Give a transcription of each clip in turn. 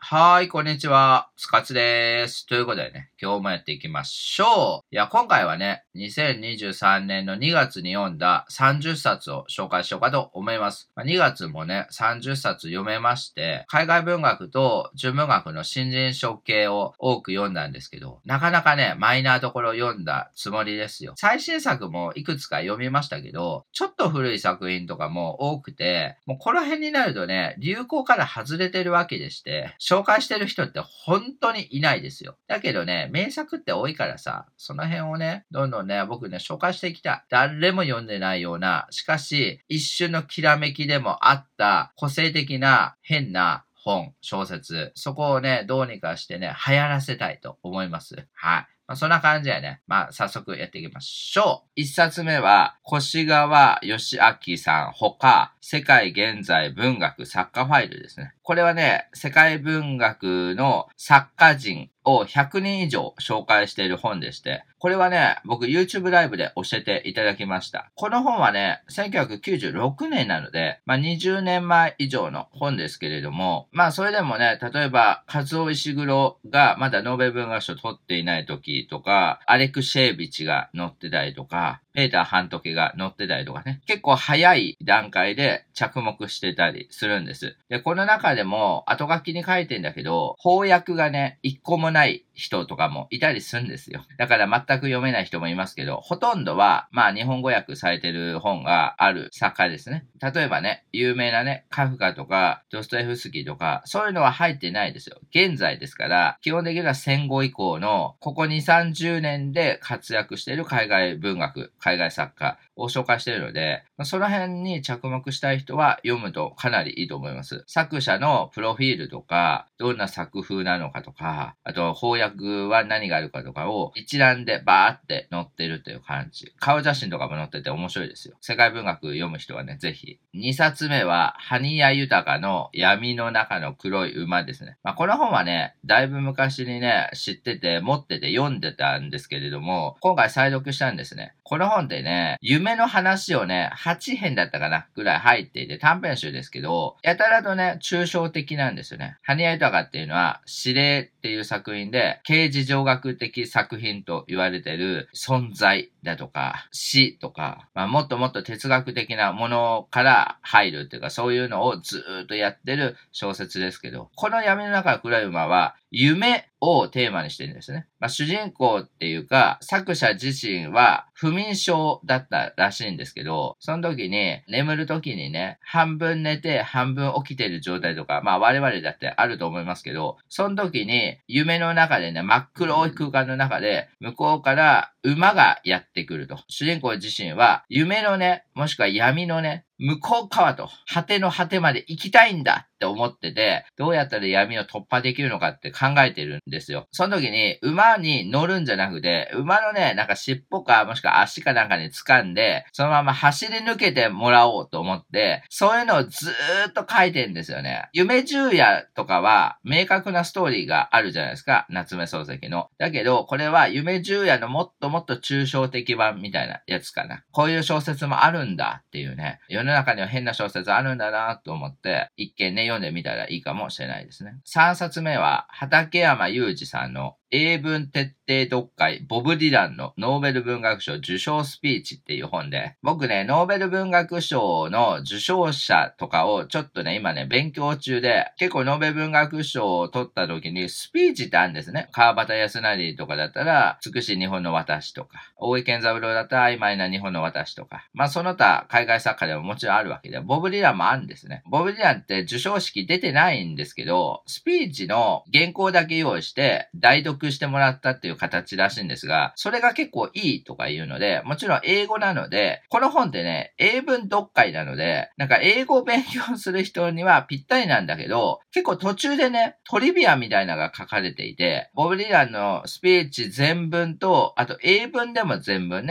はい、こんにちは。スカツです。ということでね、今日もやっていきましょう。今回はね、2023年の2月に読んだ30冊を紹介しようかと思います。2月もね、30冊読めまして、海外文学と純文学の新人賞系を多く読んだんですけど、なかなかね、マイナーどころ読んだつもりですよ。最新作もいくつか読みましたけど、ちょっと古い作品とかも多くて、もうこの辺になるとね、流行から外れてるわけでして、紹介してる人って本当にいないですよ。だけどね、名作って多いからさ、その辺をね、どんどんね、僕ね、紹介していきたい。誰も読んでないような、しかし、一瞬のきらめきでもあった個性的な変な本、小説、そこをね、どうにかしてね、流行らせたいと思います。はい。そんな感じでね。早速やっていきましょう。一冊目は、越川義明さんほか、世界現在文学作家ファイルですね。これはね、世界文学の作家人を100人以上紹介している本でして、これはね、僕 YouTube ライブで教えていただきました。この本はね、1996年なので、20年前以上の本ですけれども、それでもね、例えば、カズオ・イシグロがまだノーベル文学賞を取っていない時とか、アレクシェービチが載ってたりとか、ペーター・ハントケが載ってたりとかね、結構早い段階で着目してたりするんです。で、この中でも後書きに書いてんだけど、翻訳がね、一個もない人とかもいたりするんですよ。だから全く読めない人もいますけど、ほとんどは、日本語訳されてる本がある作家ですね。例えばね、有名なね、カフカとか、ドストエフスキーとか、そういうのは入ってないですよ。現在ですから、基本的には戦後以降の、ここ2、30年で活躍している海外文学、海外作家を紹介しているので、その辺に着目したい人は読むとかなりいいと思います。作者のプロフィールとか、どんな作風なのかとか、あと翻訳は何があるかとかを一覧でバーって載ってるという感じ。顔写真とかも載ってて面白いですよ。世界文学読む人はね、ぜひ。2冊目は、埴谷豊の闇の中の黒い馬ですね。この本はね、だいぶ昔にね、知ってて、持ってて読んでたんですけれども、今回再読したんですね。この本ってね、夢の話をね、8編だったかなぐらい入っていて短編集ですけど、やたらとね、抽象的なんですよね。埴谷豊っていうのは、指令っていう作品で、形而上学的作品と言われている存在だとか、死とか、もっともっと哲学的なものから入るっていうか、そういうのをずーっとやってる小説ですけど、この闇の中の黒い馬は、夢をテーマにしてるんですね。主人公っていうか、作者自身は不眠症だったらしいんですけど、その時に、眠る時にね、半分寝て半分起きてる状態とか、我々だってあると思いますけど、その時に、夢の中でね、真っ黒い空間の中で、向こうから馬がやってくると。主人公自身は、夢のね、もしくは闇のね、向こう側と、果ての果てまで行きたいんだって思ってて、どうやったら闇を突破できるのかって考えてるんですよ。その時に、馬に乗るんじゃなくて、馬のね、尻尾か、もしくは足かなんかに掴んで、そのまま走り抜けてもらおうと思って、そういうのをずーっと書いてるんですよね。夢十夜とかは、明確なストーリーがあるじゃないですか。夏目漱石の。だけど、これは夢十夜のもっともっと抽象的版みたいなやつかな。こういう小説もあるんだっていうね。世の中には変な小説あるんだなと思って、一見ね、読んでみたらいいかもしれないですね。3冊目は、畠山裕二さんの英文徹底読解ボブ・ディランのノーベル文学賞受賞スピーチっていう本で、僕ね、ノーベル文学賞の受賞者とかをちょっとね、今ね、勉強中で、結構ノーベル文学賞を取った時にスピーチってあるんですね。川端康成とかだったら、美しい日本の私とか、大井健三郎だったら曖昧な日本の私とか、その他海外作家でももちろんあるわけで、ボブ・ディランもあるんですね。ボブ・ディランって受賞式出てないんですけど、スピーチの原稿だけ用意して、代読してもらったっていう形らしいんですが、それが結構いいとか言うので、もちろん英語なので、この本ってね、英文読解なので、英語を勉強する人にはぴったりなんだけど、結構途中でね、トリビアみたいなのが書かれていて、ボブ・ディランのスピーチ全文と、あと英文でも全文ね、あっ 、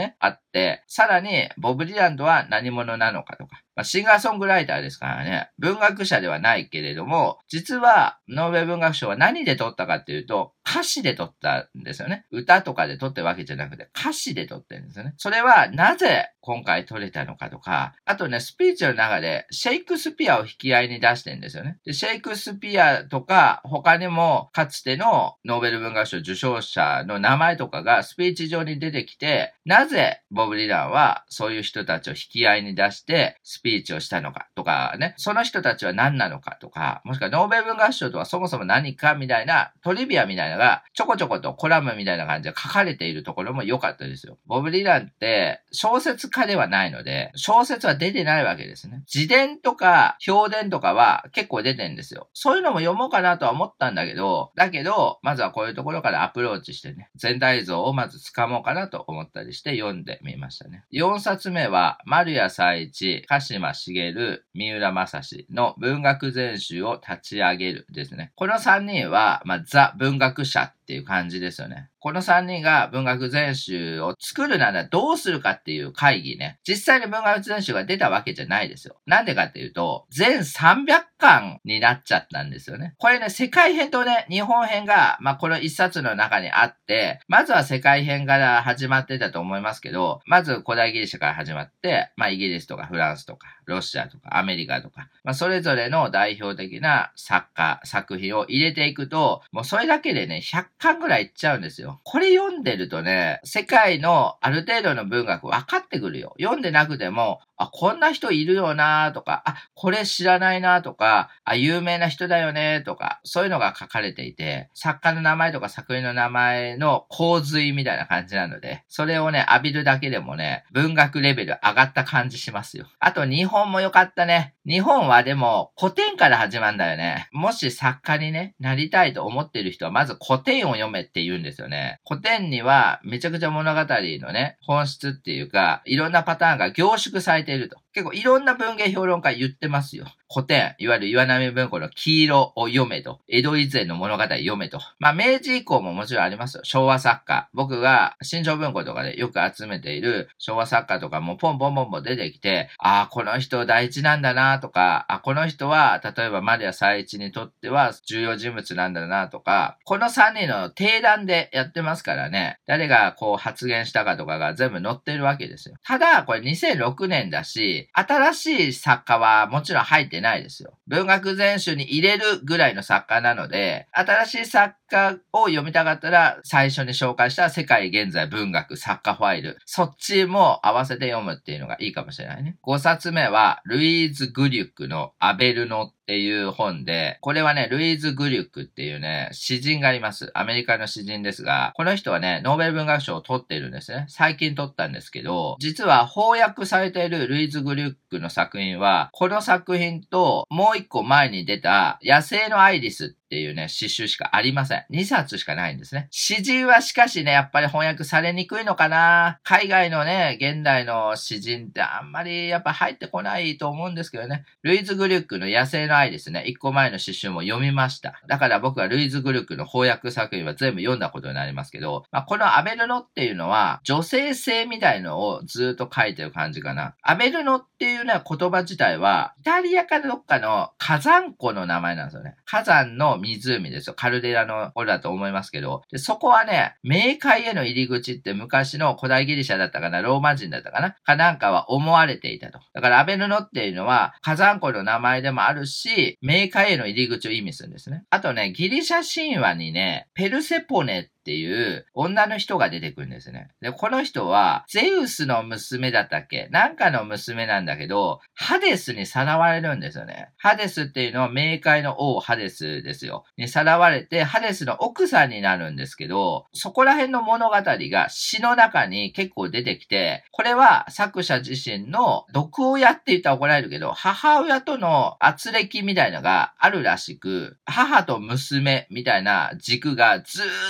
さらにボブ・ディランとは何者なのかとか、シンガーソングライターですからね、文学者ではないけれども、実はノーベル文学賞は何で取ったかっていうと、歌詞で取ったんですよね。歌とかで取ってるわけじゃなくて、歌詞で取ってるんですよね。それはなぜ今回取れたのかとか、あとね、スピーチの中でシェイクスピアを引き合いに出してるんですよね。で、シェイクスピアとか、他にもかつてのノーベル文学賞受賞者の名前とかがスピーチ上に出てきて、なぜボブ・ディランはそういう人たちを引き合いに出してスピーチをしたのかとかね、その人たちは何なのかとか、もしくはノーベル文学賞とはそもそも何かみたいなトリビアみたいなのがちょこちょことコラムみたいな感じで書かれているところも良かったですよ。ボブ・ディランって小説家ではないので、小説は出てないわけですね。自伝とか評伝とかは結構出てるんですよ。そういうのも読もうかなとは思ったんだけど、まずはこういうところからアプローチしてね、全体像をまず掴もうかなと思ったりして読んでみましたね。4冊目は、丸谷彩一、鹿島茂、三浦正史の文学全集を立ち上げるですね。この3人は、ザ文学者っていう感じですよね。この3人が文学全集を作るならどうするかっていう会議ね。実際に文学全集が出たわけじゃないですよ。なんでかっていうと、全300巻になっちゃったんですよね。これね、世界編とね、日本編が、この1冊の中にあって、まずは世界編から始まってたと思いますけど、まず古代ギリシャから始まって、イギリスとかフランスとか、ロシアとかアメリカとか、それぞれの代表的な作品を入れていくと、もうそれだけでね、100巻ぐらいいっちゃうんですよ。これ読んでるとね、世界のある程度の文学分かってくるよ。読んでなくても、こんな人いるよなとか、これ知らないなとか、有名な人だよねとか、そういうのが書かれていて、作家の名前とか作品の名前の洪水みたいな感じなので、それをね、浴びるだけでもね、文学レベル上がった感じしますよ。あと日本も良かったね。日本はでも古典から始まるんだよね。もし作家にね、なりたいと思っている人はまず古典を読めって言うんですよね。古典にはめちゃくちゃ物語のね、本質っていうか、いろんなパターンが凝縮されていると。結構いろんな文芸評論家言ってますよ。古典、いわゆる岩波文庫の黄色を読めと。江戸以前の物語読めと。明治以降ももちろんありますよ。昭和作家。僕が新潮文庫とかでよく集めている昭和作家とかもポンポンポンポン出てきて、この人大事なんだなとか、この人は例えば丸谷彩一にとっては重要人物なんだなとか、この3人の定談でやってますからね。誰がこう発言したかとかが全部載ってるわけですよ。ただ、これ2006年だし、新しい作家はもちろん入ってないですよ。文学全集に入れるぐらいの作家なので、新しい作家を読みたかったら、最初に紹介した世界現在文学作家ファイル、そっちも合わせて読むっていうのがいいかもしれないね。5冊目は、ルイーズ・グリュックのアベルノっていう本で、これはね、ルイーズ・グリュックっていうね、詩人がいます。アメリカの詩人ですが、この人はね、ノーベル文学賞を取っているんですね。最近取ったんですけど、実は翻訳されているルイーズ・グリュックの作品は、この作品ともう一個前に出た野生のアイリスっていうね、詩集しかありません。2冊しかないんですね。詩人はしかしね、やっぱり翻訳されにくいのかな。海外のね、現代の詩人ってあんまりやっぱ入ってこないと思うんですけどね。ルイーズ・グリュックの野生の愛ですね。1個前の詩集も読みました。だから僕はルイーズ・グリュックの翻訳作品は全部読んだことになりますけど、このアベルノっていうのは女性性みたいのをずっと書いてる感じかな。アベルノっていうね、言葉自体はイタリアかどっかの火山湖の名前なんですよね。火山の湖ですよ。カルデラの方だと思いますけど、でそこはね、冥界への入り口って昔の古代ギリシャだったかな、ローマ人だったかな、かなんかは思われていたと。だからアベルノっていうのは火山湖の名前でもあるし、冥界への入り口を意味するんですね。あとね、ギリシャ神話にね、ペルセポネっていう女の人が出てくるんですね。で、この人はゼウスの娘だったっけなんかの娘なんだけど、ハデスにさらわれるんですよね。ハデスっていうのは冥界の王ハデスですよ。にさらわれて、ハデスの奥さんになるんですけど、そこら辺の物語が詩の中に結構出てきて、これは作者自身の毒親って言ったら怒られるけど、母親との圧力みたいなのがあるらしく、母と娘みたいな軸がずーっとこの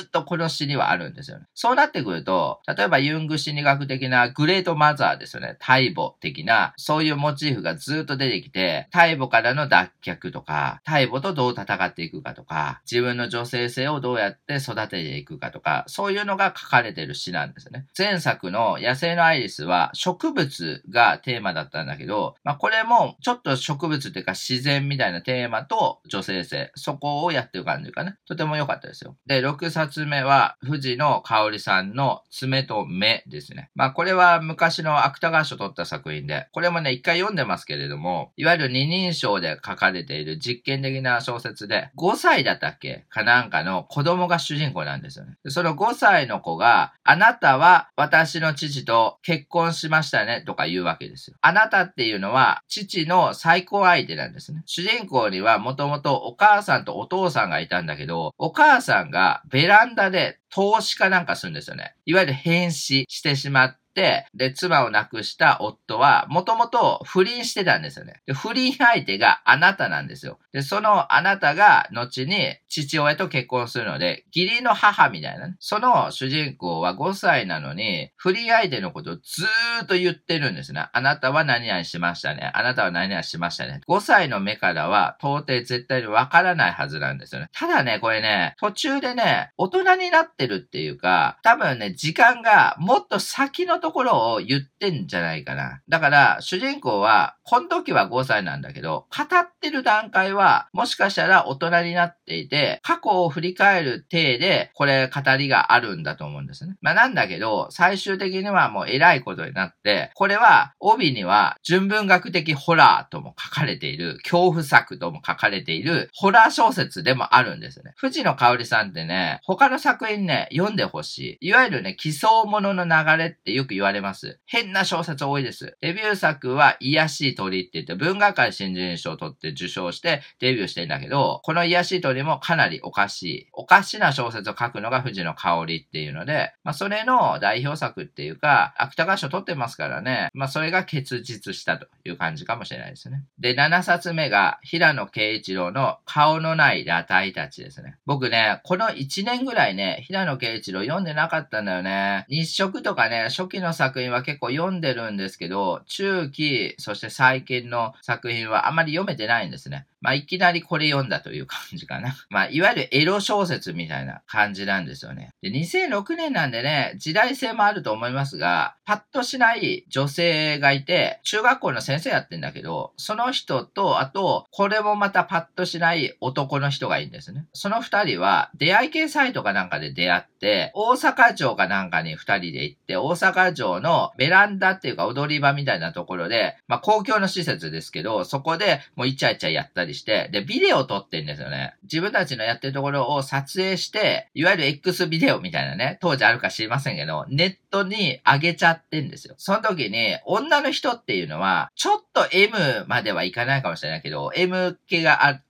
の詩にはあるんですよね。そうなってくると、例えばユング心理学的なグレートマザーですよね。大母的な、そういうモチーフがずっと出てきて、大母からの脱却とか、大母とどう戦っていくかとか、自分の女性性をどうやって育てていくかとか、そういうのが書かれている詩なんですね。前作の野生のアイリスは植物がテーマだったんだけど、これもちょっと植物っていうか自然みたいなテーマと女性性、そこをやってる感じかな。とても良かったですよ。で、6冊目は藤野香織さんの爪と目ですね。これは昔の芥川賞を取った作品で、これもね、一回読んでますけれども、いわゆる二人称で書かれている実験的な小説で、5歳だったっけかなんかの子供が主人公なんですよね。その5歳の子が、あなたは私の父と結婚しましたねとか言うわけですよ。あなたっていうのは父の最高相手なんですね。主人公にはもともとお母さんとお父さんがいたんだけど、お母さんがベランダで投資かなんかするんですよね。いわゆる変死してしまって、で、妻を亡くした夫は、もともと不倫してたんですよね。で、不倫相手があなたなんですよ。で、そのあなたが後に父親と結婚するので、義理の母みたいなね。その主人公は5歳なのに、不倫相手のことをずーっと言ってるんですね。あなたは何々しましたね。あなたは何々しましたね。5歳の目からは到底絶対にわからないはずなんですよね。ただね、これね、途中でね、大人になってるっていうか、多分ね、時間がもっと先のところを言ってんじゃないかな。だから、主人公は、この時は5歳なんだけど、語ってる段階は、もしかしたら大人になっていて、過去を振り返る体で、これ語りがあるんだと思うんですね。なんだけど、最終的にはもう偉いことになって、これは、帯には、純文学的ホラーとも書かれている、恐怖作とも書かれている、ホラー小説でもあるんですね。藤野香織さんってね、他の作品ね、読んでほしい。いわゆるね、奇想物の流れってよく言われます。変な小説多いです。デビュー作は、癒しい鳥って言って、文学界新人賞を取って受賞してデビューしてんだけど、この癒しい鳥もかなりおかしな小説を書くのが藤野香織っていうので、それの代表作っていうか、芥川賞取ってますからね、それが結実したという感じかもしれないですね。で、7冊目が、平野啓一郎の顔のない裸体たちですね。僕ね、この1年ぐらいね、平野啓一郎読んでなかったんだよね。日食とかね、初期の作品は結構読んでるんですけど、中期、そして最近の作品はあまり読めてないんですね。いきなりこれ読んだという感じかな。いわゆるエロ小説みたいな感じなんですよね。で、2006年なんでね、時代性もあると思いますが、パッとしない女性がいて、中学校の先生やってんだけど、その人と、あと、これもまたパッとしない男の人がいるんですね。その二人は、出会い系サイトかなんかで出会って、大阪城かなんかに二人で行って、大阪城のベランダっていうか踊り場みたいなところで、公共の施設ですけど、そこでもうイチャイチャやったりして、で、ビデオを撮ってんですよね。自分たちのやってるところを撮影して、いわゆる X ビデオみたいなね、当時あるか知りませんけど、ネットに上げちゃってんですよ。その時に、女の人っていうのは、ちょっと M まではいかないかもしれないけど、M 気があって、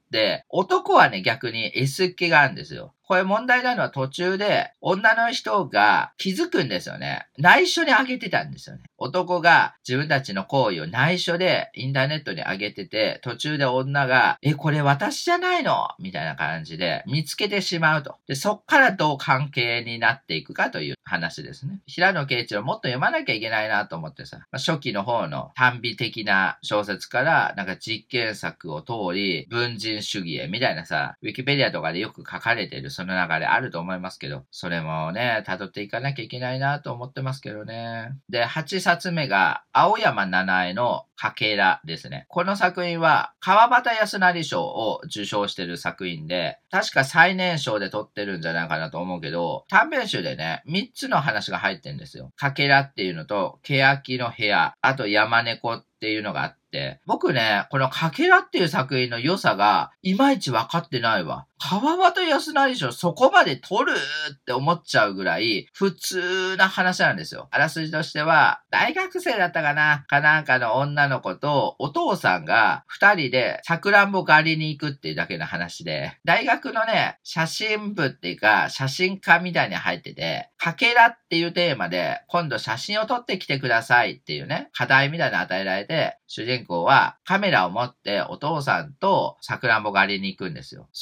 男はね、逆に S 気があるんですよ。これ問題なのは途中で女の人が気づくんですよね。内緒に上げてたんですよね。男が自分たちの行為を内緒でインターネットに上げてて、途中で女が、これ私じゃないのみたいな感じで見つけてしまうと。で、そっからどう関係になっていくかという話ですね。平野啓一郎もっと読まなきゃいけないなと思ってさ、初期の方の短美的な小説から、なんか実験作を通り、文人主義へみたいなさ、ウィキペディアとかでよく書かれているその流れあると思いますけど、それもね、辿っていかなきゃいけないなと思ってますけどね。で、8冊目が、青山七重のかけらですね。この作品は、川端康成賞を受賞している作品で、確か最年少で撮ってるんじゃないかなと思うけど、短編集でね、3つの話が入ってるんですよ。かけらっていうのと、欅の部屋、あと山猫っていうのがあって、僕ね、このかけらっていう作品の良さが、いまいち分かってないわ。川端康成賞そこまで撮るって思っちゃうぐらい、普通な話なんですよ。あらすじとしては、大学生だったかななんかの女の子と、お父さんが二人でさくらんぼ狩りに行くっていうだけの話で、大学のね、写真部っていうか、写真家みたいに入ってて、かけらっていうテーマで、今度写真を撮ってきてくださいっていうね、課題みたいなの与えられて、主人公はカメラを持ってお父さんとさくらんぼ狩りに行くんですよ。それもね、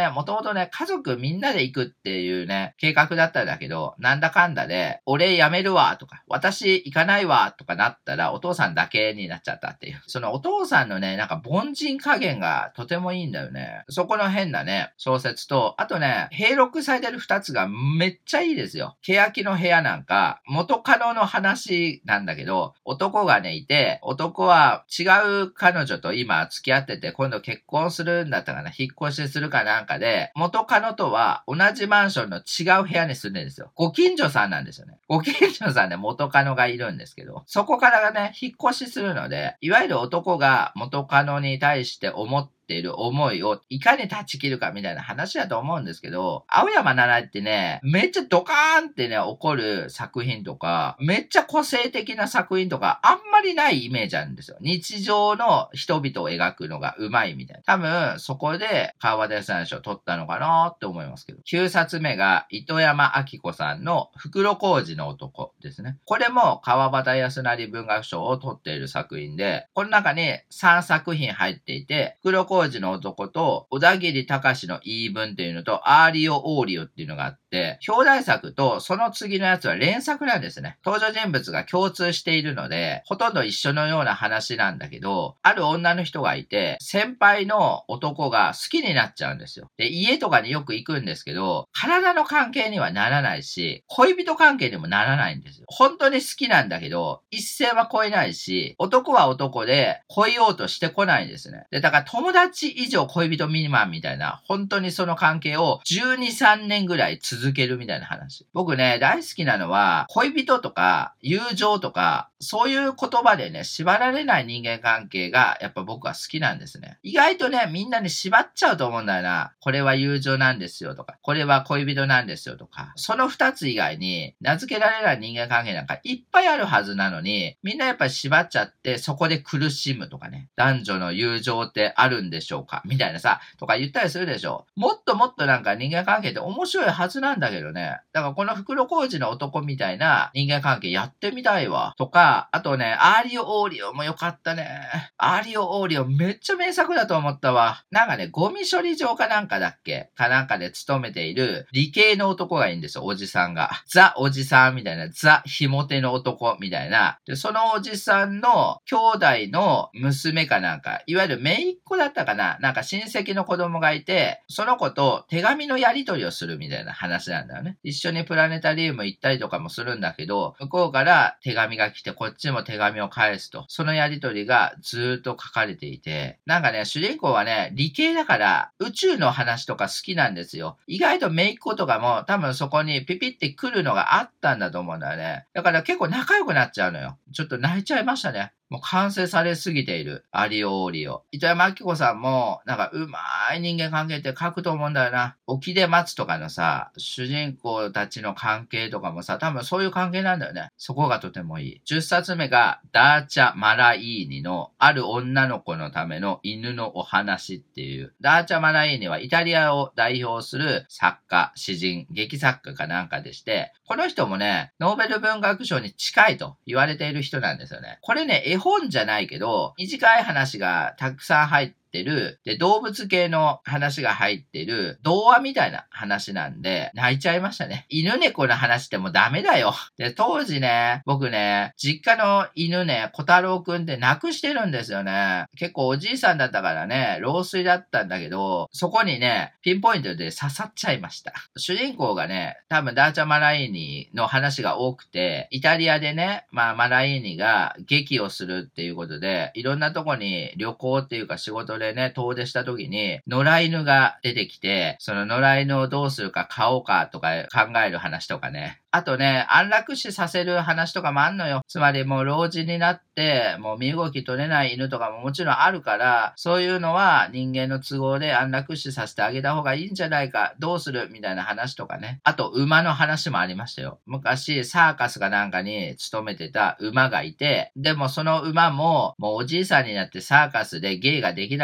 ね、もともとね、家族みんなで行くっていうね、計画だったんだけど、なんだかんだで、俺辞めるわとか、私行かないわとかなったら、お父さんだけになっちゃったっていう。そのお父さんのね、なんか凡人加減がとてもいいんだよね。そこの変なね、小説と、あとね、併録されてる2つがめっちゃいいですよ。欅の部屋なんか、元カノの話なんだけど、男がね、いて、男は違う彼女と今付き合ってて、今度結婚するんだったかな、引っ越しするかなんかで、元カノとは同じマンションの違う部屋に住んでるんですよ。ご近所さんなんですよね。ご近所さんで元カノがいるんですけど、そこからがね、引っ越しするので、いわゆる男が元カノに対して思っている思いをいかに断ち切るかみたいな話だと思うんですけど、青山七ってね、めっちゃドカーンってね、起こる作品とか、めっちゃ個性的な作品とか、あんまりないイメージあるんですよ。日常の人々を描くのがうまいみたいな。多分、そこで川端康成賞を取ったのかなって思いますけど。9冊目が糸山明子さんの袋小路の男ですね。これも川端康成文学賞を取っている作品で、この中に3作品入っていて、袋小路の男と小田切隆の言い分っていうのとアーリオ・オーリオっていうのがあって、表題作とその次のやつは連作なんですね。登場人物が共通しているので、ほとんど一緒のような話なんだけど、ある女の人がいて、先輩の男が好きになっちゃうんですよ。で、家とかによく行くんですけど、体の関係にはならないし、恋人関係にもならないんですよ。本当に好きなんだけど、一線は越えないし、男は男で恋ようとしてこないんですね。で、だから友達以上恋人未満みたいな、本当にその関係を12、3年ぐらい続けるみたいな話。僕ね、大好きなのは、恋人とか友情とか、そういう言葉でね、縛られない人間関係が、やっぱ僕は好きなんですね。意外とね、みんなに縛っちゃうと思うんだよな。これは友情なんですよとか、これは恋人なんですよとか、その2つ以外に、名付けられない人間関係なんかいっぱいあるはずなのに、みんなやっぱり縛っちゃって、そこで苦しむとかね、男女の友情ってあるんでしょうかみたいなさ、とか言ったりするでしょ。もっともっとなんか人間関係って面白いはずなんだけどね。だからこの袋小路の男みたいな人間関係やってみたいわ。とか、あとね、アーリオ・オーリオもよかったね。アーリオ・オーリオめっちゃ名作だと思ったわ。なんかね、ゴミ処理場かなんかだっけかなんかで勤めている理系の男がいいんですよ、おじさんが。ザ・おじさんみたいな、ザ・ひも手の男みたいな。で、そのおじさんの兄弟の娘かなんか、いわゆる姪っ子だったかななんか親戚の子供がいて、その子と手紙のやり取りをするみたいな話なんだよね。一緒にプラネタリウム行ったりとかもするんだけど、向こうから手紙が来て、こっちも手紙を返すと。そのやり取りがずーっと書かれていて、なんかね、主人公はね、理系だから宇宙の話とか好きなんですよ。意外と姪っ子とかも多分そこにピピって来るのがあったんだと思うんだよね。だから結構仲良くなっちゃうのよ。ちょっと泣いちゃいましたね。もう完成されすぎている。アリオーリオ。糸山明子さんも、なんかうまい人間関係って書くと思うんだよな。沖で松とかのさ、主人公たちの関係とかもさ、多分そういう関係なんだよね。そこがとてもいい。10冊目が、ダーチャ・マライーニの、ある女の子のための犬のお話っていう。ダーチャ・マライーニはイタリアを代表する作家、詩人、劇作家かなんかでして、この人もね、ノーベル文学賞に近いと言われている人なんですよね。これね、絵本じゃないけど、短い話がたくさん入ってる、で、動物系の話が入ってる、童話みたいな話なんで、泣いちゃいましたね。犬猫の話ってもうダメだよ。で、当時ね、僕ね、実家の犬ね、小太郎くんって亡くしてるんですよね。結構おじいさんだったからね、老衰だったんだけど、そこにね、ピンポイントで刺さっちゃいました。主人公がね、多分ダーチャ・マライーニの話が多くて、イタリアでね、マライーニが劇をするっていうことで、いろんなとこに旅行っていうか仕事でね、遠出した時に、野良犬が出てきて、その野良犬をどうするか買おうかとか考える話とかね。あとね、安楽死させる話とかもあんのよ。つまりもう老人になって、もう身動き取れない犬とかももちろんあるから、そういうのは人間の都合で安楽死させてあげた方がいいんじゃないか、どうするみたいな話とかね。あと馬の話もありましたよ。昔サーカスかなんかに勤めてた馬がいて、でもその馬ももうおじいさんになってサーカスで芸ができな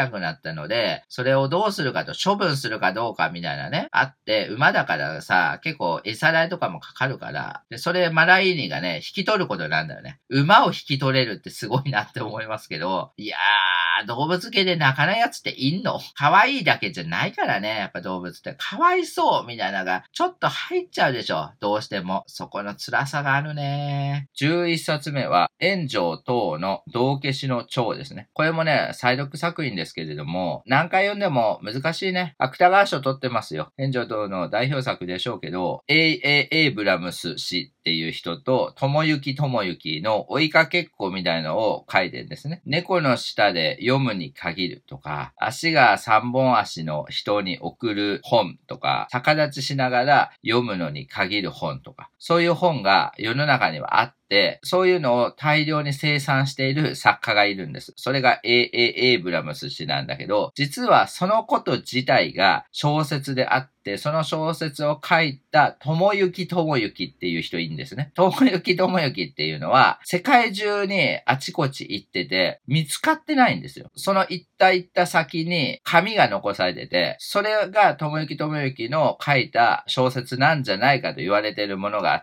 なくなったので、それをどうするかと処分するかどうかみたいなね、あって、馬だからさ、結構餌代とかもかかるから、で、それマライーニがね、引き取ることなんだよね。馬を引き取れるってすごいなって思いますけど、いやー、動物系で泣かないやつっていんの？可愛いだけじゃないからね、やっぱ動物って。かわいそうみたいなのが、ちょっと入っちゃうでしょ。どうしても。そこの辛さがあるね。11冊目は、炎上等の道化師の長ですね。これもね、再読作品ですけれども、何回読んでも難しいね。芥川賞取ってますよ。炎上等の代表作でしょうけど、A.A. エイブラムス氏っていう人と、友幸の追いかけっこみたいのを書いてるんですね。猫の下で読むに限るとか、足が3本足の人に送る本とか、逆立ちしながら読むのに限る本とか、そういう本が世の中にはあって、そういうのを大量に生産している作家がいるんです。それが A.A. エイブラムス氏なんだけど、実はそのこと自体が小説であって、その小説を書いた友幸っていう人いるんですね。友幸っていうのは、世界中にあちこち行ってて、見つかってないんですよ。その行った先に紙が残されてて、それが友幸の書いた小説なんじゃないかと言われているものがあって、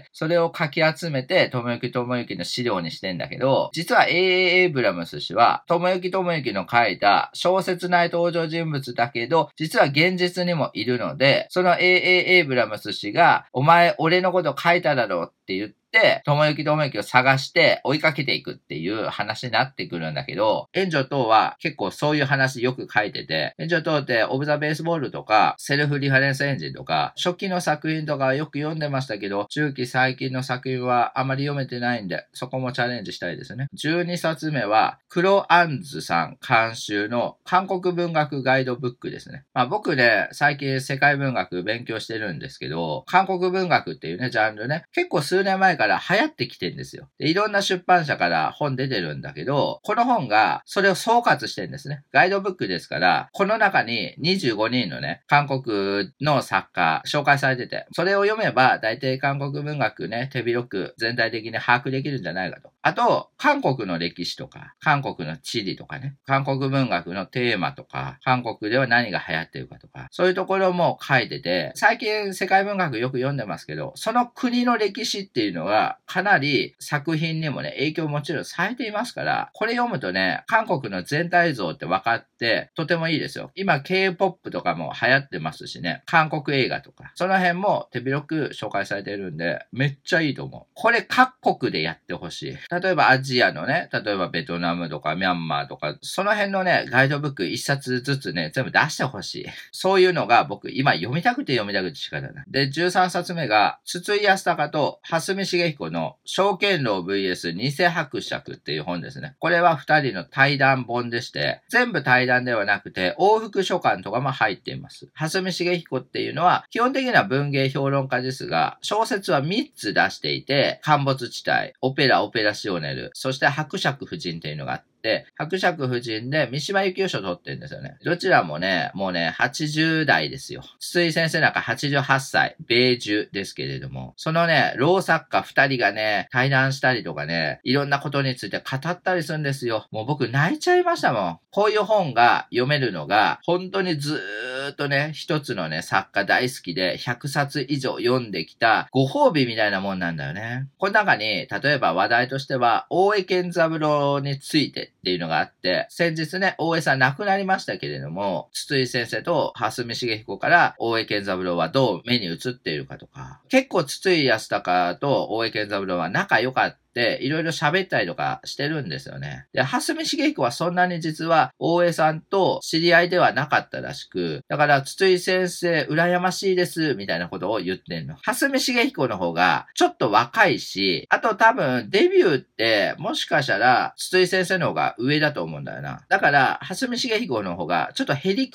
それをかき集めて友幸の資料にしてんだけど、実は A.A. エイブラムス氏は、友幸の書いた小説内登場人物だけど、実は現実にもいるので、その A.A. エイブラムス氏が、お前俺のこと書いただろうって言って、友幸を探して追いかけていくっていう話になってくるんだけど、炎上等は結構そういう話よく書いてて、炎上等ってオブザベースボールとか、セルフリファレンスエンジンとか、初期の作品とかはよく読んでましたけど、中期最近の作品はあまり読めてないんで、そこもチャレンジしたいですね。12冊目は、クロアンズさん監修の韓国文学ガイドブックですね。僕ね、最近世界文学勉強してるんですけど、韓国文学っていうね、ジャンルね、結構数年前から流行ってきてるんですよ。で、いろんな出版社から本出てるんだけど、この本がそれを総括してるんですね。ガイドブックですから、この中に25人のね、韓国の作家紹介されてて、それを読めば大体韓国文学ね、手広く全体的に把握できるんじゃないかと。あと、韓国の歴史とか、韓国の地理とかね、韓国文学のテーマとか、韓国では何が流行ってるかとか、そういうところも書いてて、最近世界文学よく読んでますけど、その国の歴史っていうのは、かなり作品にもね、影響もちろんされていますから、これ読むとね、韓国の全体像って分かって、とてもいいですよ。今、K-POP とかも流行ってますしね、韓国映画とか、その辺も手広く紹介されてるんで、めっちゃいいと思う。これ各国でやってほしい。例えばアジアのね、例えばベトナムとかミャンマーとか、その辺のね、ガイドブック一冊ずつね、全部出してほしい。そういうのが僕、今読みたくて仕方ない。で、13冊目が、筒井康隆と蓮見茂彦の証券楼 VS 偽伯爵っていう本ですね。これは2人の対談本でして、全部対談ではなくて、往復書簡とかも入っています。蓮見茂彦っていうのは、基本的な文芸評論家ですが、小説は3つ出していて、陥没地帯、オペラシオネル、そして伯爵夫人っていうのがあって、伯爵夫人で三島由紀夫賞取ってるんですよね。どちらもね、もうね、80代ですよ。筒井先生なんか88歳、米寿ですけれども、そのね、老作家2人がね、対談したりとかね、いろんなことについて語ったりするんですよ。もう僕泣いちゃいましたもん。こういう本が読めるのが、本当にずーっとね、一つのね、作家大好きで100冊以上読んできたご褒美みたいなもんなんだよね。この中に、例えば話題としては、大江健三郎についてっていうのがあって、先日ね、大江さん亡くなりましたけれども、筒井先生と蓮見茂彦から大江健三郎はどう目に映っているかとか、結構筒井康隆と大江健三郎は仲良かった。いろいろ喋ったりとかしてるんですよね。で、蓮見茂彦はそんなに実は大江さんと知り合いではなかったらしく、だから筒井先生羨ましいですみたいなことを言ってんの。蓮見茂彦の方がちょっと若いし、あと多分デビューってもしかしたら筒井先生の方が上だと思うんだよな。だから蓮見茂彦の方がちょっとへりくだって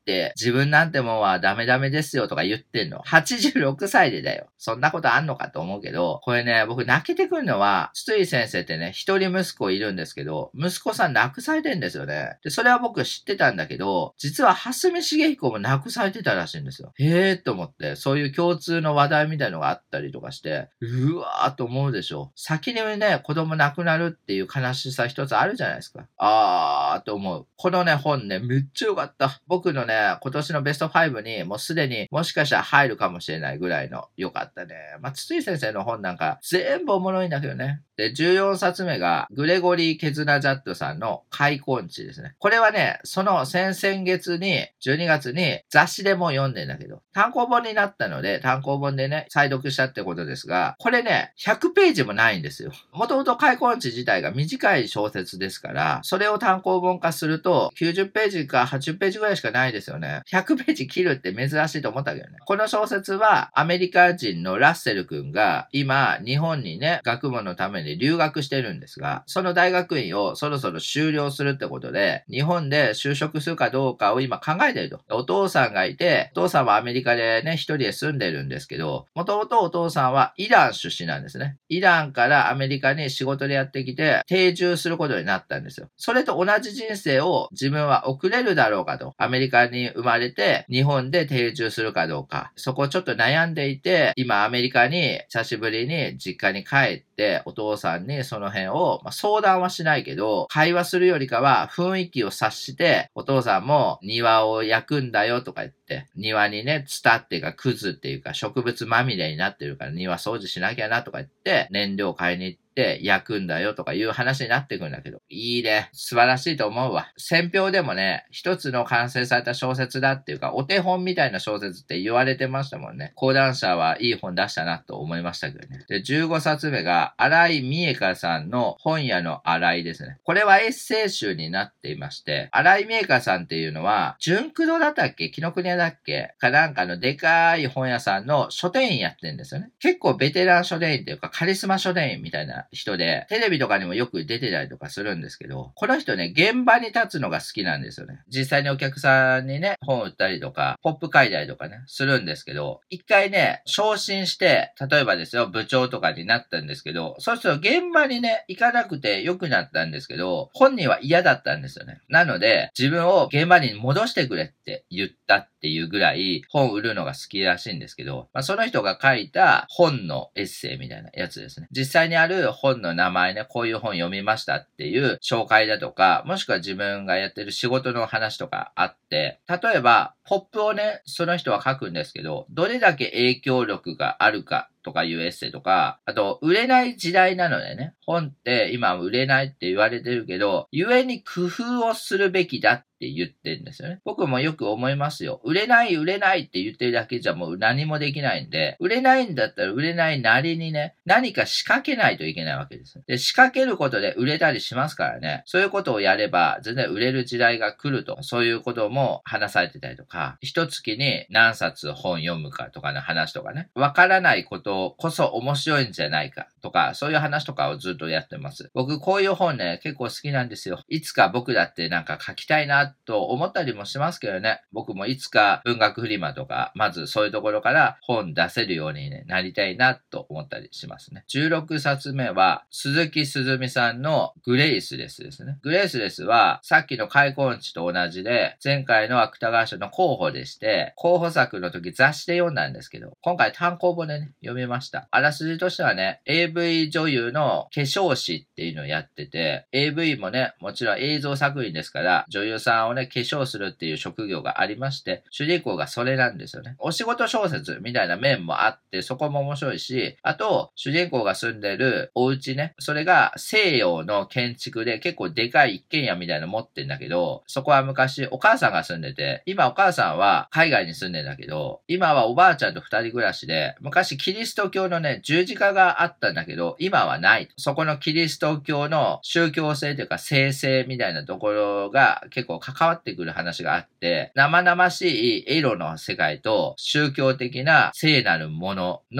って自分なんてもんはダメダメですよとか言ってんの。86歳でだよ。そんなことあんのかと思うけど、これね、僕泣けてくるのは、筒井先生ってね、一人息子いるんですけど、息子さん亡くされてんですよね。で、それは僕知ってたんだけど、実は蓮見茂彦も亡くされてたらしいんですよ。へーと思って、そういう共通の話題みたいのがあったりとかして、うわーと思うでしょ。先にね、子供亡くなるっていう悲しさ一つあるじゃないですか。あーと思う。このね、本ね、めっちゃ良かった。僕のね、今年のベスト5にもうすでにもしかしたら入るかもしれないぐらいの良かったね。まあ、筒井先生の本なんか全部おもろいんだけどね。で、14冊目が、グレゴリー・ケズナジャットさんの開墾地ですね。これはね、その先々月に、12月に雑誌でも読んでんだけど、単行本になったので、単行本でね、再読したってことですが、これね、100ページもないんですよ。もともと開墾地自体が短い小説ですから、それを単行本化すると、90ページか80ページぐらいしかないですよね。100ページ切るって珍しいと思ったけどね。この小説は、アメリカ人のラッセル君が、今、日本にね、学問のために留学してるんですが、その大学院をそろそろ修了するってことで、日本で就職するかどうかを今考えてると。お父さんがいて、お父さんはアメリカでね、一人で住んでるんですけど、もともとお父さんはイラン出身なんですね。イランからアメリカに仕事でやってきて、定住することになったんですよ。それと同じ人生を自分は送れるだろうかと。アメリカに生まれて、日本で定住するかどうか。そこをちょっと悩んでいて、今アメリカに久しぶりに実家に帰って、お父さんにその辺を、相談はしないけど、会話するよりかは雰囲気を察して、お父さんも庭を焼くんだよとか言って、庭にね、ツタっていうかクズっていうか植物まみれになってるから庭掃除しなきゃなとか言って、燃料買いに行って、焼くんだよとかいう話になってくるんだけど、いいね。素晴らしいと思うわ。選評でもね、一つの完成された小説だっていうか、お手本みたいな小説って言われてましたもんね。講談社はいい本出したなと思いましたけどね。で、15冊目が、新井美恵香さんの本屋の新井ですね。これはエッセイ集になっていまして、新井美恵香さんっていうのは、純駆動だったっけ紀ノ国屋だっけかなんかのでかい本屋さんの書店員やってるんですよね。結構ベテラン書店員っていうか、カリスマ書店員みたいな人で、テレビとかにもよく出てたりとかするんですけど、この人ね、現場に立つのが好きなんですよね。実際にお客さんにね、本売ったりとか、ポップ書いたりとかね、するんですけど、一回ね、昇進して、例えばですよ、部長とかになったんですけど、そうすると現場にね、行かなくて良くなったんですけど、本人は嫌だったんですよね。なので、自分を現場に戻してくれって言ったっていうぐらい、本売るのが好きらしいんですけど、その人が書いた本のエッセイみたいなやつですね。実際にある本の名前ね、こういう本読みましたっていう紹介だとか、もしくは自分がやってる仕事の話とかあって、例えば、ポップをね、その人は書くんですけど、どれだけ影響力があるかとかいうエッセイとか、あと、売れない時代なのでね、本って今売れないって言われてるけど、故に工夫をするべきだって言ってるんですよね。僕もよく思いますよ。売れないって言ってるだけじゃもう何もできないんで、売れないんだったら売れないなりにね、何か仕掛けないといけないわけです。で、仕掛けることで売れたりしますからね、そういうことをやれば全然売れる時代が来ると、そういうことも話されてたりとか、一月に何冊本読むかとかの話とかね、わからないことこそ面白いんじゃないかとか、そういう話とかをずっとやってます。僕こういう本ね、結構好きなんですよ。いつか僕だってなんか書きたいなと思ったりもしますけどね。僕もいつか文学フリマとか、まずそういうところから本出せるように、ね、なりたいなと思ったりしますね。16冊目は、鈴木すずみさんのグレイスレスですね。グレイスレスは、さっきの開墾地と同じで、前回の芥川賞の候補でして、候補作の時雑誌で読んだんですけど、今回単行本でね、読みました。あらすじとしてはね、AV 女優の化粧師っていうのをやってて、AV もね、もちろん映像作品ですから、女優さんをね、化粧するっていう職業がありまして、主人公がそれなんですよね。お仕事小説みたいな面もあって、そこも面白いし、あと、主人公が住んでるお家ね、それが西洋の建築で結構でかい一軒家みたいなの持ってんだけど、そこは昔お母さんが住んでて、今お母さんは海外に住んでんだけど、今はおばあちゃんと二人暮らしで、昔キリスト教のね、十字架があったんだけど、今はない。そこのキリスト教の宗教性というか聖性みたいなところが結構関わってくる話があって、生々しいエロの世界と宗教的な聖なるものの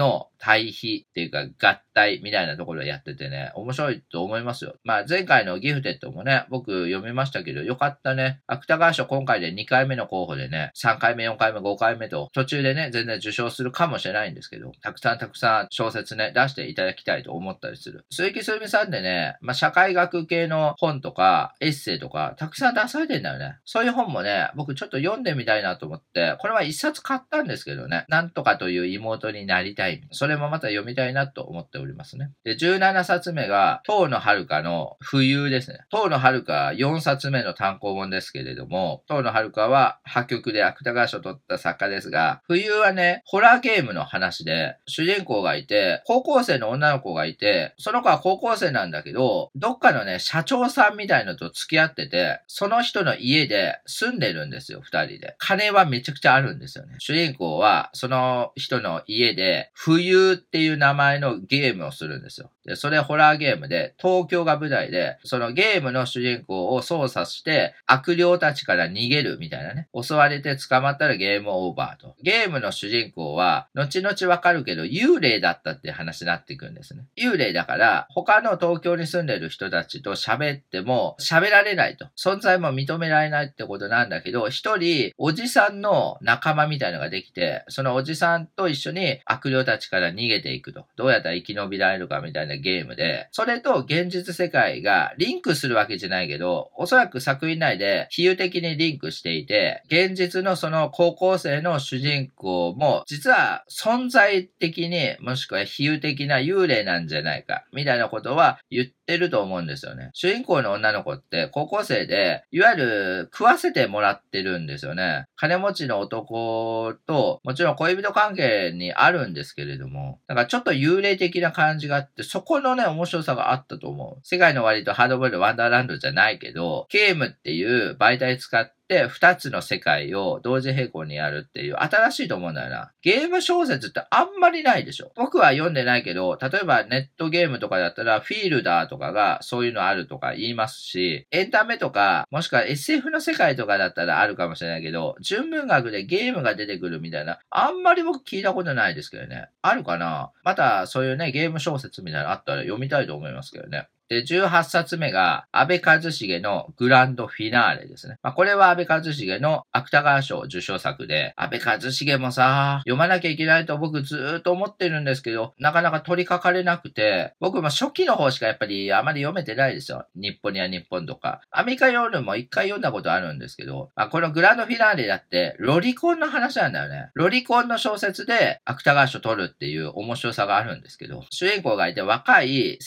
対比っていうか合体みたいなところをやっててね、面白いと思いますよ。まあ前回のギフテッドもね、僕読みましたけど、よかったね。芥川賞今回で2回目の候補でね、3回目、4回目、5回目と、途中でね、全然受賞するかもしれないんですけど、たくさん小説ね、出していただきたいと思ったりする。鈴木すみさんでね、まあ社会学系の本とか、エッセイとか、たくさん出されてんだよね。そういう本もね、僕ちょっと読んでみたいなと思って、これは一冊買ったんですけどね、なんとかという妹になりたい。それもまた読みたいなと思っておりますね。で、17冊目が、遠野遥の冬ですね。遠野遥4冊目の単行本ですけれども、遠野遥は破局で芥川賞を取った作家ですが、冬はね、ホラーゲームの話で、主人公がいて、高校生の女の子がいて、その子は高校生なんだけど、どっかのね、社長さんみたいのと付き合ってて、その人の家で住んでるんですよ、二人で。金はめちゃくちゃあるんですよね。主人公は、その人の家で、冬っていう名前のゲームをするんですよ。で、それホラーゲームで、東京が舞台で、そのゲームの主人公を操作して、悪霊たちから逃げるみたいなね。襲われて捕まったらゲームオーバーと。ゲームの主人公は、後々わかるけど、幽霊だったって話になっていくんですね。幽霊だから、他の東京に住んでる人たちと喋っても、喋られないと。存在も認められないってことなんだけど、一人、おじさんの仲間みたいのができて、そのおじさんと一緒に悪霊たちから逃げていくと。どうやったら生き延びられるかみたいなゲームで、それと現実世界がリンクするわけじゃないけど、おそらく作品内で比喩的にリンクしていて、現実のその高校生の主人公も、実は存在的に、もしくは比喩的な幽霊なんじゃないか、みたいなことは言ってると思うんですよね。主人公の女の子って高校生で、いわゆる食わせてもらってるんですよね。金持ちの男と、もちろん恋人関係にあるんですけれども、なんかちょっと幽霊的な感じがあって、そこのね、面白さがあったと思う。世界の割とハードボイルドワンダーランドじゃないけど、ゲームっていう媒体使って、二つの世界を同時並行にやるっていう新しいと思うんだよな。ゲーム小説ってあんまりないでしょ。僕は読んでないけど、例えばネットゲームとかだったらフィールダーとかがそういうのあるとか言いますし、エンタメとか、もしくは SF の世界とかだったらあるかもしれないけど、純文学でゲームが出てくるみたいな、あんまり僕聞いたことないですけどね。あるかな？またそういうね、ゲーム小説みたいなのあったら読みたいと思いますけどね。で、18冊目が、安倍一茂のグランドフィナーレですね。まあ、これは安倍一茂の芥川賞受賞作で、安倍一茂もさ、読まなきゃいけないと僕ずーっと思ってるんですけど、なかなか取り掛かれなくて、僕も初期の方しかやっぱりあまり読めてないですよ。日本には日本とか。アメリカ夜も一回読んだことあるんですけど、まあ、このグランドフィナーレだって、ロリコンの話なんだよね。ロリコンの小説で芥川賞取るっていう面白さがあるんですけど、主人公がいて若い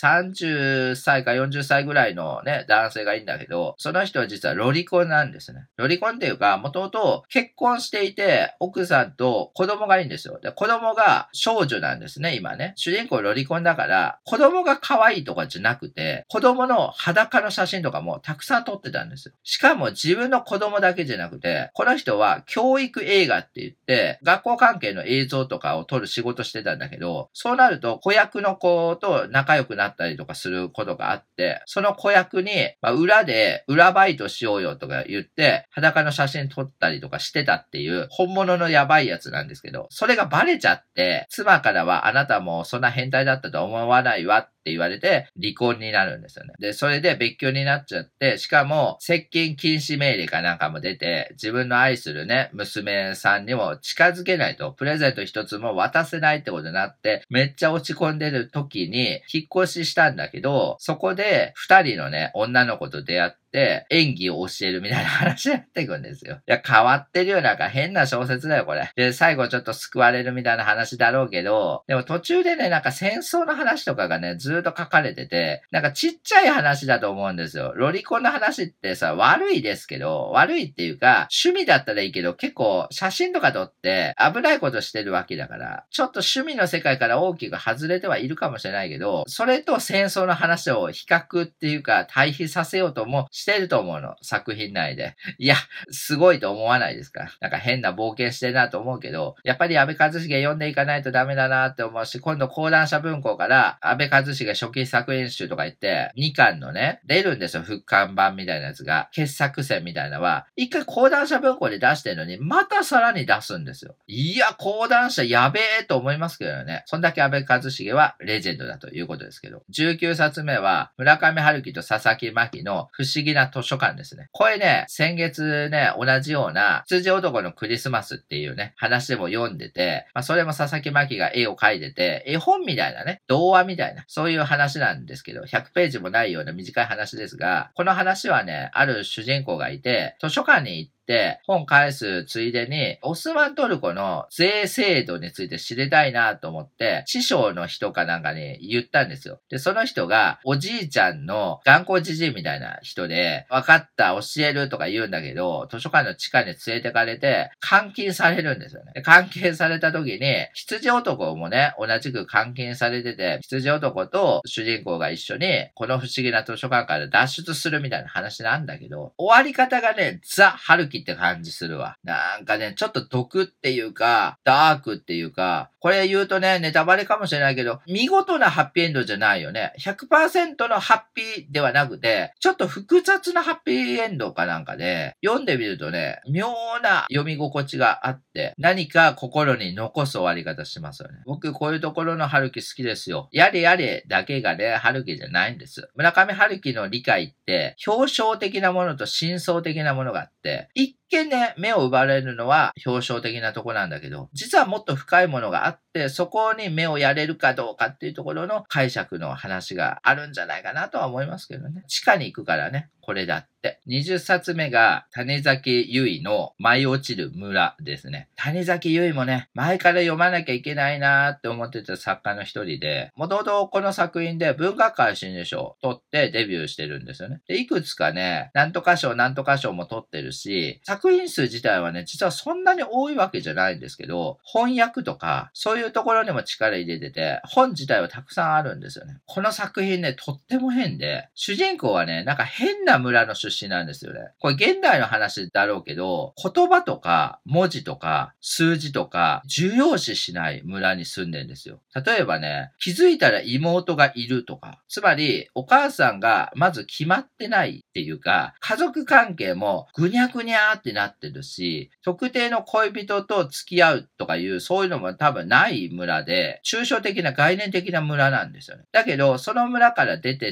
30歳か40歳ぐらいのね、男性がいいんだけど、その人は実はロリコンなんですね。ロリコンっていうか、もともと結婚していて、奥さんと子供がいいんですよ。で、子供が少女なんですね、今ね。主人公ロリコンだから、子供が可愛いとかじゃなくて、子供の裸の写真とかもたくさん撮ってたんですよ。しかも自分の子供だけじゃなくて、この人は教育映画って言って、学校関係の映像とかを撮る仕事してたんだけど、そうなると子役の子と仲良くなったりとかすることがあって、その子役に、裏で裏バイトしようよとか言って、裸の写真撮ったりとかしてたっていう、本物のやばいやつなんですけど、それがバレちゃって、妻からはあなたもそんな変態だったとは思わないわって言われて、離婚になるんですよね。で、それで別居になっちゃって、しかも、接近禁止命令かなんかも出て、自分の愛するね、娘さんにも近づけないと、プレゼント一つも渡せないってことになって、めっちゃ落ち込んでる時に、引っ越ししたんだけど、そこで、二人のね、女の子と出会って、演技を教えるみたいな話になっていくんですよ。いや、変わってるよ。なんか変な小説だよ、これ。で、最後ちょっと救われるみたいな話だろうけど、でも途中でね、なんか戦争の話とかがね、ずーっと書かれてて、なんかちっちゃい話だと思うんですよ。ロリコンの話ってさ、悪いですけど、悪いっていうか、趣味だったらいいけど、結構写真とか撮って危ないことしてるわけだから、ちょっと趣味の世界から大きく外れてはいるかもしれないけど、それと戦争の話を比較っていうか、対比させようともしてると思うの。作品内で。いや、すごいと思わないですか？なんか変な冒険してるなと思うけど、やっぱり安倍一茂読んでいかないとダメだなって思うし、今度講談社文庫から安倍一茂初期作品集とか言って、2巻のね、出るんですよ。復刊版みたいなやつが。傑作選みたいなのは、一回講談社文庫で出してるのに、またさらに出すんですよ。いや、講談社やべえと思いますけどね。そんだけ安倍一茂はレジェンドだということですけど。19冊目は、村上春樹と佐々木真希の不思議な図書館ですね。これね、先月ね、同じような、羊男のクリスマスっていうね、話でも読んでて、それも佐々木真希が絵を描いてて、絵本みたいなね、童話みたいな、そういう話なんですけど、100ページもないような短い話ですが、この話はね、ある主人公がいて、図書館に行って、本返すついでに、オスマントルコの税制度について知りたいなと思って、師匠の人かなんかに言ったんですよ。で、その人が、おじいちゃんの頑固じじいみたいな人で、分かった、教えるとか言うんだけど、図書館の地下に連れてかれて、監禁されるんですよね。で監禁された時に、羊男もね、同じく監禁されてて、羊男と主人公が一緒に、この不思議な図書館から脱出するみたいな話なんだけど、終わり方がね、ザ・春樹って感じするわ。なんかね、ちょっと毒っていうか、ダークっていうか、これ言うとね、ネタバレかもしれないけど、見事なハッピーエンドじゃないよね。100% のハッピーではなくて、ちょっと複雑なハッピーエンドかなんかで、読んでみるとね、妙な読み心地があって、何か心に残す終わり方しますよね。僕、こういうところの春樹好きですよ。やれやれだけがね、春樹じゃないんです。村上春樹の理解って、表象的なものと真相的なものがあって、一見ね、目を奪われるのは表象的なとこなんだけど、実はもっと深いものがあって、そこに目をやれるかどうかっていうところの解釈の話があるんじゃないかなとは思いますけどね。地下に行くからね、これだって。20冊目が谷崎優衣の舞い落ちる村ですね。谷崎優衣もね、前から読まなきゃいけないなーって思ってた作家の一人で、もともとこの作品で文学界新人賞を取ってデビューしてるんですよね。で、いくつかね、なんとか賞も取ってるし、作品数自体はね、実はそんなに多いわけじゃないんですけど、翻訳とか、そういうところにも力入れてて、本自体はたくさんあるんですよね。この作品ね、とっても変で、主人公はね、なんか変な村の出身なんですよね。これ現代の話だろうけど、言葉とか文字とか数字とか重要視しない村に住んでんですよ。例えばね、気づいたら妹がいるとか、つまりお母さんがまず決まってないっていうか、家族関係もぐにゃぐにゃーってなってるし、特定の恋人と付き合うとかいうそういうのも多分ない村で、抽象的な概念的な村なんですよね。だけど、その村から出てって、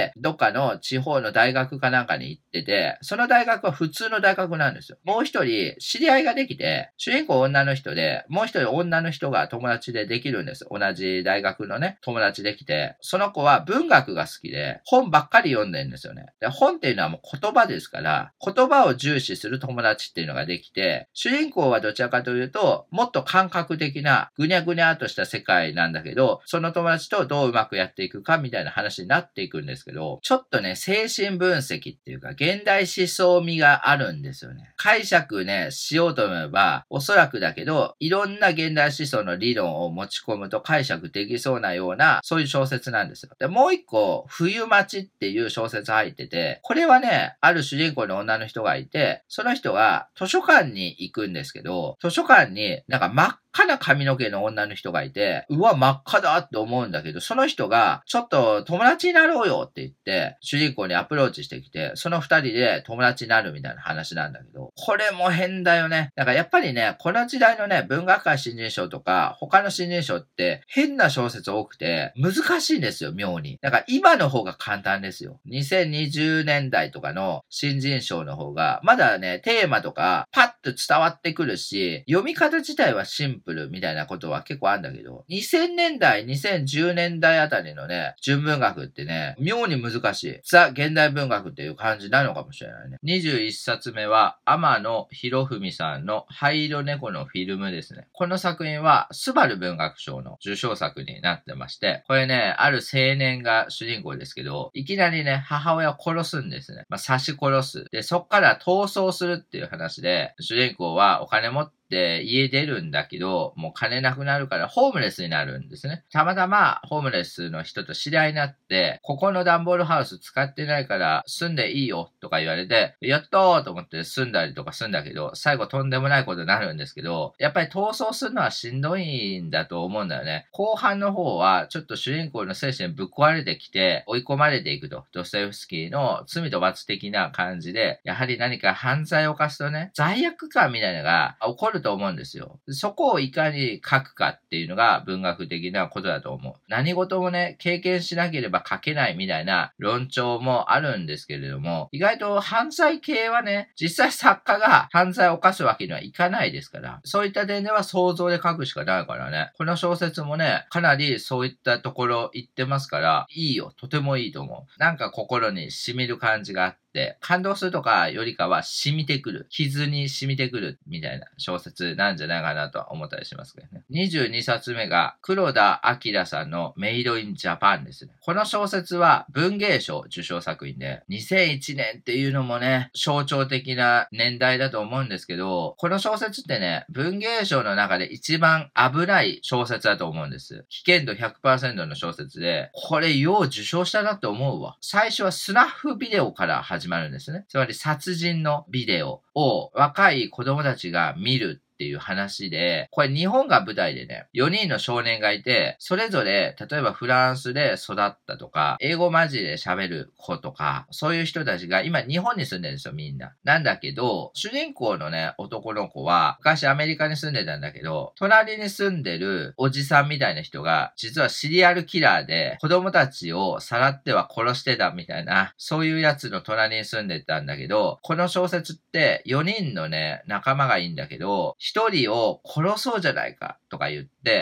どっかの地方の大学かなんかに行ってて、その大学は普通の大学なんですよ。もう一人知り合いができて、主人公女の人で、もう一人女の人が友達でできるんです。同じ大学のね、友達できて、その子は文学が好きで、本ばっかり読んでるんですよね。で、本っていうのはもう言葉ですから、言葉を重視する友達っていうのができて、主人公はどちらかというと、もっと感覚的な、ぐにゃぐにゃとした世界なんだけど、その友達とどううまくやっていくかみたいな話になっていくんですけど、ちょっとね、精神分析っていうか、現代思想味があるんですよね。解釈ね、しようと思えば、おそらくだけど、いろんな現代思想の理論を持ち込むと解釈できそうなような、そういう小説なんですよ。で、もう一個、冬待ちっていう小説入ってて、これはね、ある主人公の女の人がいて、その人が図書館に行くんですけど、図書館になんか真っ赤な髪の毛の女の人がいて、うわ、真っ赤だって思うんだけど、その人が、ちょっと友達になろうよって言って、主人公にアプローチしてきて、その二人で友達になるみたいな話なんだけど、これも変だよね。だからやっぱりね、この時代のね、文学界新人賞とか、他の新人賞って変な小説多くて、難しいんですよ、妙に。だから今の方が簡単ですよ。2020年代とかの新人賞の方が、まだね、テーマとか、パッと伝わってくるし、読み方自体はシンプルみたいなことは結構あるんだけど、2000年代、2010年代あたりのね、純文学ってね、妙に難しい。ザ・現代文学っていう感じなのかもしれないね。21冊目は、天野博文さんの灰色猫のフィルムですね。この作品は、スバル文学賞の受賞作になってまして、これね、ある青年が主人公ですけど、いきなりね、母親を殺すんですね。刺し殺す。で、そっから逃走するっていう話で、主人公はお金持ってって家出るんだけど、もう金なくなるからホームレスになるんですね。たまたまホームレスの人と知り合いになって、ここの段ボールハウス使ってないから住んでいいよとか言われて、やったーと思って住んだりとかするんだけど、最後とんでもないことになるんですけど、やっぱり逃走するのはしんどいんだと思うんだよね。後半の方はちょっと主人公の精神ぶっ壊れてきて追い込まれていくと。ドストエフスキーの罪と罰的な感じで、やはり何か犯罪を犯すとね、罪悪感みたいなのが起こると思うんですよ。そこをいかに書くかっていうのが文学的なことだと思う。何事もね、経験しなければ書けないみたいな論調もあるんですけれども、意外と犯罪系はね、実際作家が犯罪を犯すわけにはいかないですから、そういった点では想像で書くしかないからね、この小説もね、かなりそういったところ言ってますから、いいよ、とてもいいと思う。なんか心に染みる感じがあって、感動するとかよりかは染みてくる。傷に染みてくるみたいな小説なんじゃないかなとは思ったりしますけどね。22冊目が黒田明さんのメイドインジャパンですね。この小説は文芸賞受賞作品で、2001年っていうのもね、象徴的な年代だと思うんですけど、この小説ってね、文芸賞の中で一番危ない小説だと思うんです。危険度 100% の小説で、これよう受賞したなって思うわ。最初はスナッフビデオから始まるんですね。つまり殺人のビデオを若い子供たちが見るっていう話で、これ日本が舞台でね、4人の少年がいて、それぞれ、例えばフランスで育ったとか、英語マジで喋る子とか、そういう人たちが今日本に住んでるんですよ、みんな。なんだけど、主人公のね、男の子は、昔アメリカに住んでたんだけど、隣に住んでるおじさんみたいな人が、実はシリアルキラーで、子供たちをさらっては殺してたみたいな、そういうやつの隣に住んでたんだけど、この小説って4人のね、仲間がいいんだけど、1人を殺そうじゃないかとか言って、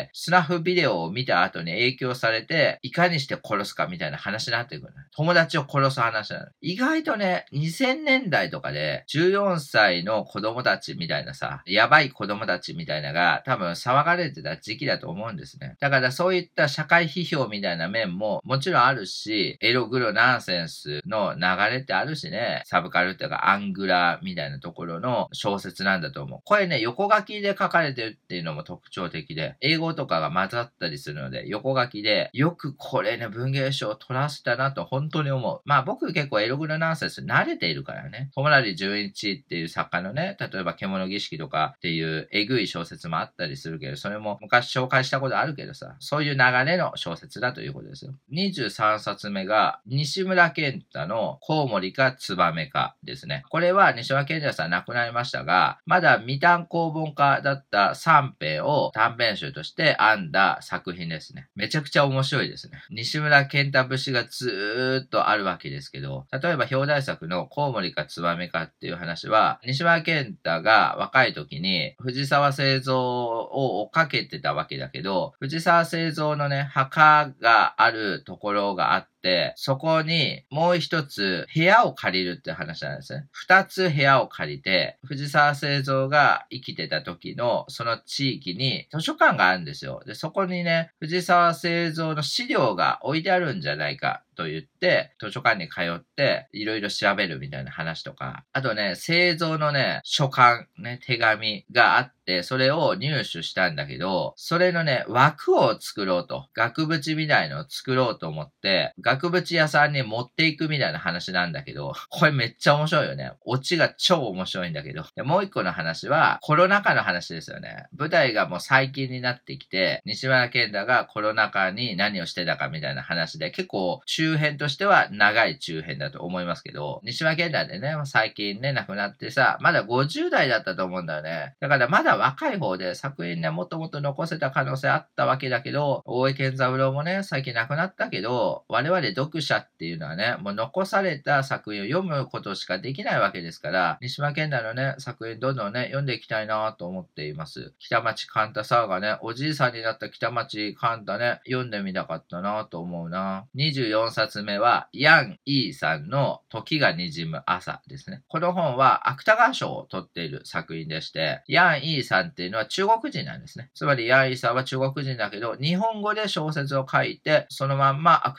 スナフビデオを見た後に影響されて、いかにして殺すかみたいな話になってくる。友達を殺す話なの。意外とね、2000年代とかで、14歳の子供たちみたいなさ、やばい子供たちみたいなのが多分騒がれてた時期だと思うんですね。だからそういった社会批評みたいな面ももちろんあるし、エログロナンセンスの流れってあるしね、サブカルっていうかアングラみたいなところの小説なんだと思う。これね、横書きで書かれてるっていうのも特徴的で、英語とかが混ざったりするので、横書きで、よくこれね、文芸賞を取らせたなと本当に思う。まあ僕結構エログロナンセンス慣れているからね。友成純一っていう作家のね、例えば獣儀式とかっていうえぐい小説もあったりするけど、それも昔紹介したことあるけどさ、そういう流れの小説だということですよ。23冊目が、西村健太のコウモリかツバメかですね。これは西村健太さん亡くなりましたが、まだ未単行本化だった三編を短編集として編んだ作品ですね。めちゃくちゃ面白いですね。西村健太節がずーっとあるわけですけど、例えば表題作のコウモリかツバメかっていう話は、西村健太が若い時に藤沢製造を追っかけてたわけだけど、藤沢製造のね、墓があるところがあって、そこにもう一つ部屋を借りるって話なんですね。二つ部屋を借りて、藤沢製造が生きてた時のその地域に図書館があるんですよ。で、そこにね、藤沢製造の資料が置いてあるんじゃないかと言って、図書館に通って、いろいろ調べるみたいな話とか、あとね、製造のね、書簡、ね、手紙があって、それを入手したんだけど、それのね、枠を作ろうと、額縁みたいのを作ろうと思って、額縁屋さんに持っていくみたいな話なんだけど、これめっちゃ面白いよね。オチが超面白いんだけど。でもう一個の話は、コロナ禍の話ですよね。舞台がもう最近になってきて、西村健太がコロナ禍に何をしてたかみたいな話で、結構中編としては長い中編だと思いますけど、西村健太でね、最近ね、亡くなってさ、まだ50代だったと思うんだよね。だからまだ若い方で作品ね、もっともっと残せた可能性あったわけだけど、大江健三郎もね、最近亡くなったけど、我々読者っていうのはね、もう残された作品を読むことしかできないわけですから、西村健太のね、作品どんどんね、読んでいきたいなと思っています。北町カンタサーガね、おじいさんになった北町カンタね、読んでみたかったなと思うな。24冊目は、ヤン・イーさんの時が滲む朝ですね。この本は芥川賞を取っている作品でして、ヤン・イーさんっていうのは中国人なんですね。つまりヤン・イーさんは中国人だけど、日本語で小説を書いて、そのまんま芥川賞取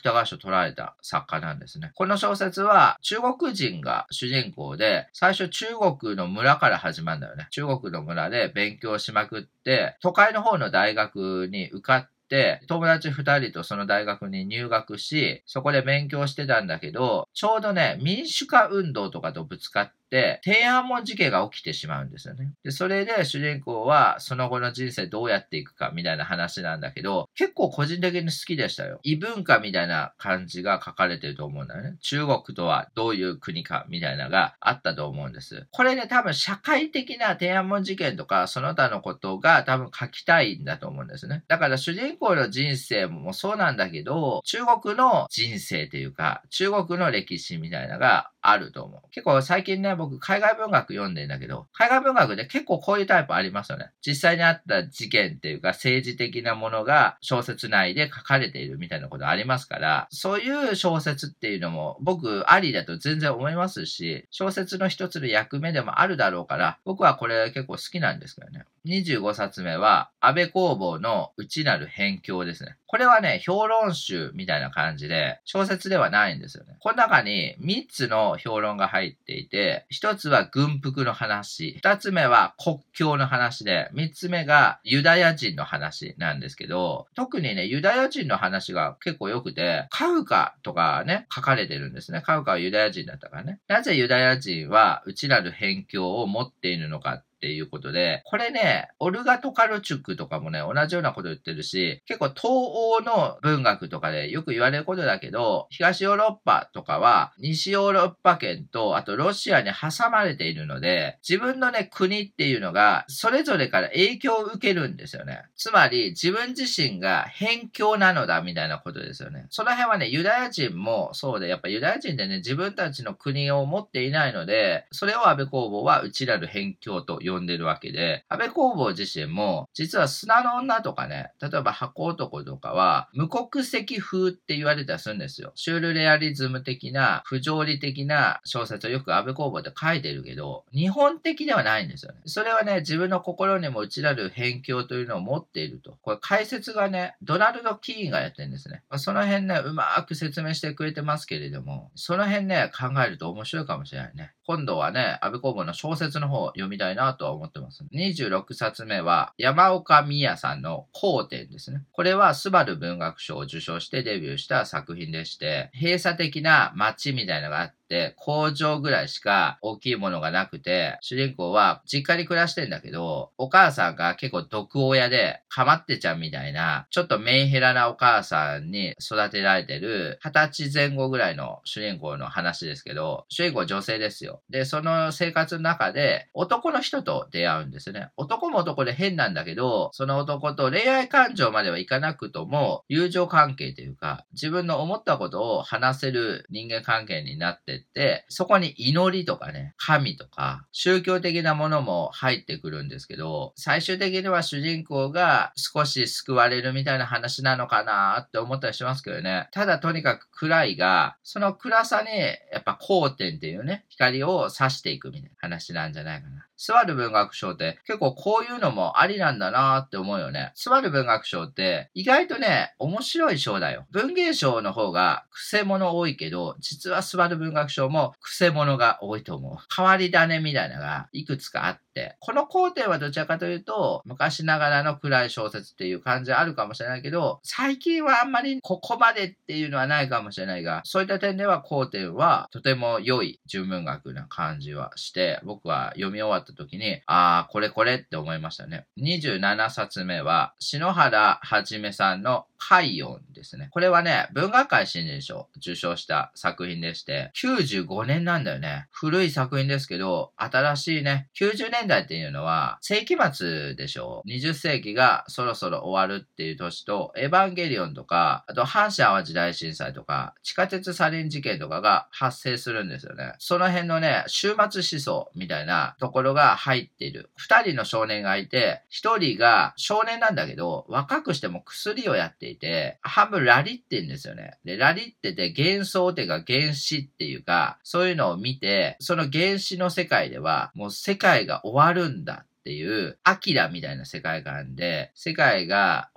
捉えた作家なんですね。この小説は中国人が主人公で、最初中国の村から始まるんだよね。中国の村で勉強しまくって、都会の方の大学に受かって、友達2人とその大学に入学し、そこで勉強してたんだけど、ちょうどね、民主化運動とかとぶつかって、天安門事件が起きてしまうんですよね。で、それで主人公はその後の人生どうやっていくかみたいな話なんだけど、結構個人的に好きでしたよ。異文化みたいな感じが書かれてると思うんだよね。中国とはどういう国かみたいなのがあったと思うんです。これね、多分社会的な天安門事件とかその他のことが多分書きたいんだと思うんですね。だから主人公の人生もそうなんだけど、中国の人生というか、中国の歴史みたいなのがあると思う。結構最近ね、僕海外文学読んでんだけど、海外文学で結構こういうタイプありますよね。実際にあった事件っていうか政治的なものが小説内で書かれているみたいなことありますから、そういう小説っていうのも僕ありだと全然思いますし、小説の一つの役目でもあるだろうから、僕はこれ結構好きなんですけどね。25冊目は安倍公房の内なる辺境ですね。これはね、評論集みたいな感じで、小説ではないんですよね。この中に3つの評論が入っていて、1つは軍服の話、2つ目は国境の話で、3つ目がユダヤ人の話なんですけど、特にね、ユダヤ人の話が結構良くて、カフカとかね、書かれてるんですね。カフカはユダヤ人だったからね。なぜユダヤ人は内なる辺境を持っているのかっていうことで、これね、オルガ・トカルチュクとかもね、同じようなこと言ってるし、結構東欧の文学とかでよく言われることだけど、東ヨーロッパとかは西ヨーロッパ圏と、あとロシアに挟まれているので、自分のね、国っていうのが、それぞれから影響を受けるんですよね。つまり、自分自身が辺境なのだ、みたいなことですよね。その辺はね、ユダヤ人もそうで、やっぱユダヤ人ってね、自分たちの国を持っていないので、それを安倍公房は内なる辺境と呼んでるわけで、安倍公房自身も、実は砂の女とかね、例えば箱男とかは、無国籍風って言われたりするんですよ。シュールレアリズム的な、不条理的な小説をよく安倍公房って書いてるけど、日本的ではないんですよね。それはね、自分の心にも内なる辺境というのを持っていると。これ解説がね、ドナルド・キーンがやってるんですね。その辺ね、うまく説明してくれてますけれども、その辺ね、考えると面白いかもしれないね。今度はね、安倍公房の小説の方を読みたいなとは思ってます。26冊目は、山岡美也さんの後典ですね。これは、スバル文学賞を受賞してデビューした作品でして、閉鎖的な街みたいなのがあって、工場ぐらいしか大きいものがなくて、主人公は実家に暮らしてんだけど、お母さんが結構毒親で、かまってちゃんみたいな、ちょっとメンヘラなお母さんに育てられてる、20歳前後ぐらいの主人公の話ですけど、主人公は女性ですよ。で、その生活の中で、男の人と出会うんですね。男も男で変なんだけど、その男と恋愛感情まではいかなくとも、友情関係というか、自分の思ったことを話せる人間関係になってって、そこに祈りとかね、神とか、宗教的なものも入ってくるんですけど、最終的には主人公が少し救われるみたいな話なのかなって思ったりしますけどね。ただとにかく暗いが、その暗さに、やっぱ光点っていうね、光を差していくみたいな話なんじゃないかな。スバル文学賞って結構こういうのもありなんだなって思うよね。スバル文学賞って意外とね、面白い賞だよ。文芸賞の方がクセモノ多いけど、実はスバル文学賞もクセモノが多いと思う。変わり種みたいなのがいくつかあって、この工程はどちらかというと、昔ながらの暗い小説っていう感じあるかもしれないけど、最近はあんまりここまでっていうのはないかもしれないが、そういった点では工程はとても良い純文学な感じはして、僕は読み終わった時に、これこれって思いましたね。27冊目は、篠原はじめさんの海音ですね。これはね、文学界新人賞受賞した作品でして、95年なんだよね。古い作品ですけど、新しいね。90年代っていうのは、世紀末でしょ。20世紀がそろそろ終わるっていう年と、エヴァンゲリオンとか、あと阪神淡路大震災とか、地下鉄サリン事件とかが発生するんですよね。その辺のね、終末思想みたいなところが入っている。2人の少年がいて、1人が少年なんだけど、若くしても薬をやっていて、半分ラリって言うんですよね。で、ラリってて幻想っていうか原子っていうか、そういうのを見て、その原子の世界では、もう世界が終わるんだっていう、アキラみたいな世界観で、世界が終わっ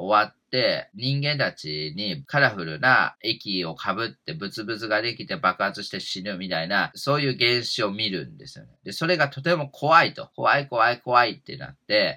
って人間たちにカラフルな液をかぶってブツブツができて爆発して死ぬみたいな、そういう現象を見るんですよね。で、それがとても怖いと。怖い怖い怖いってなって、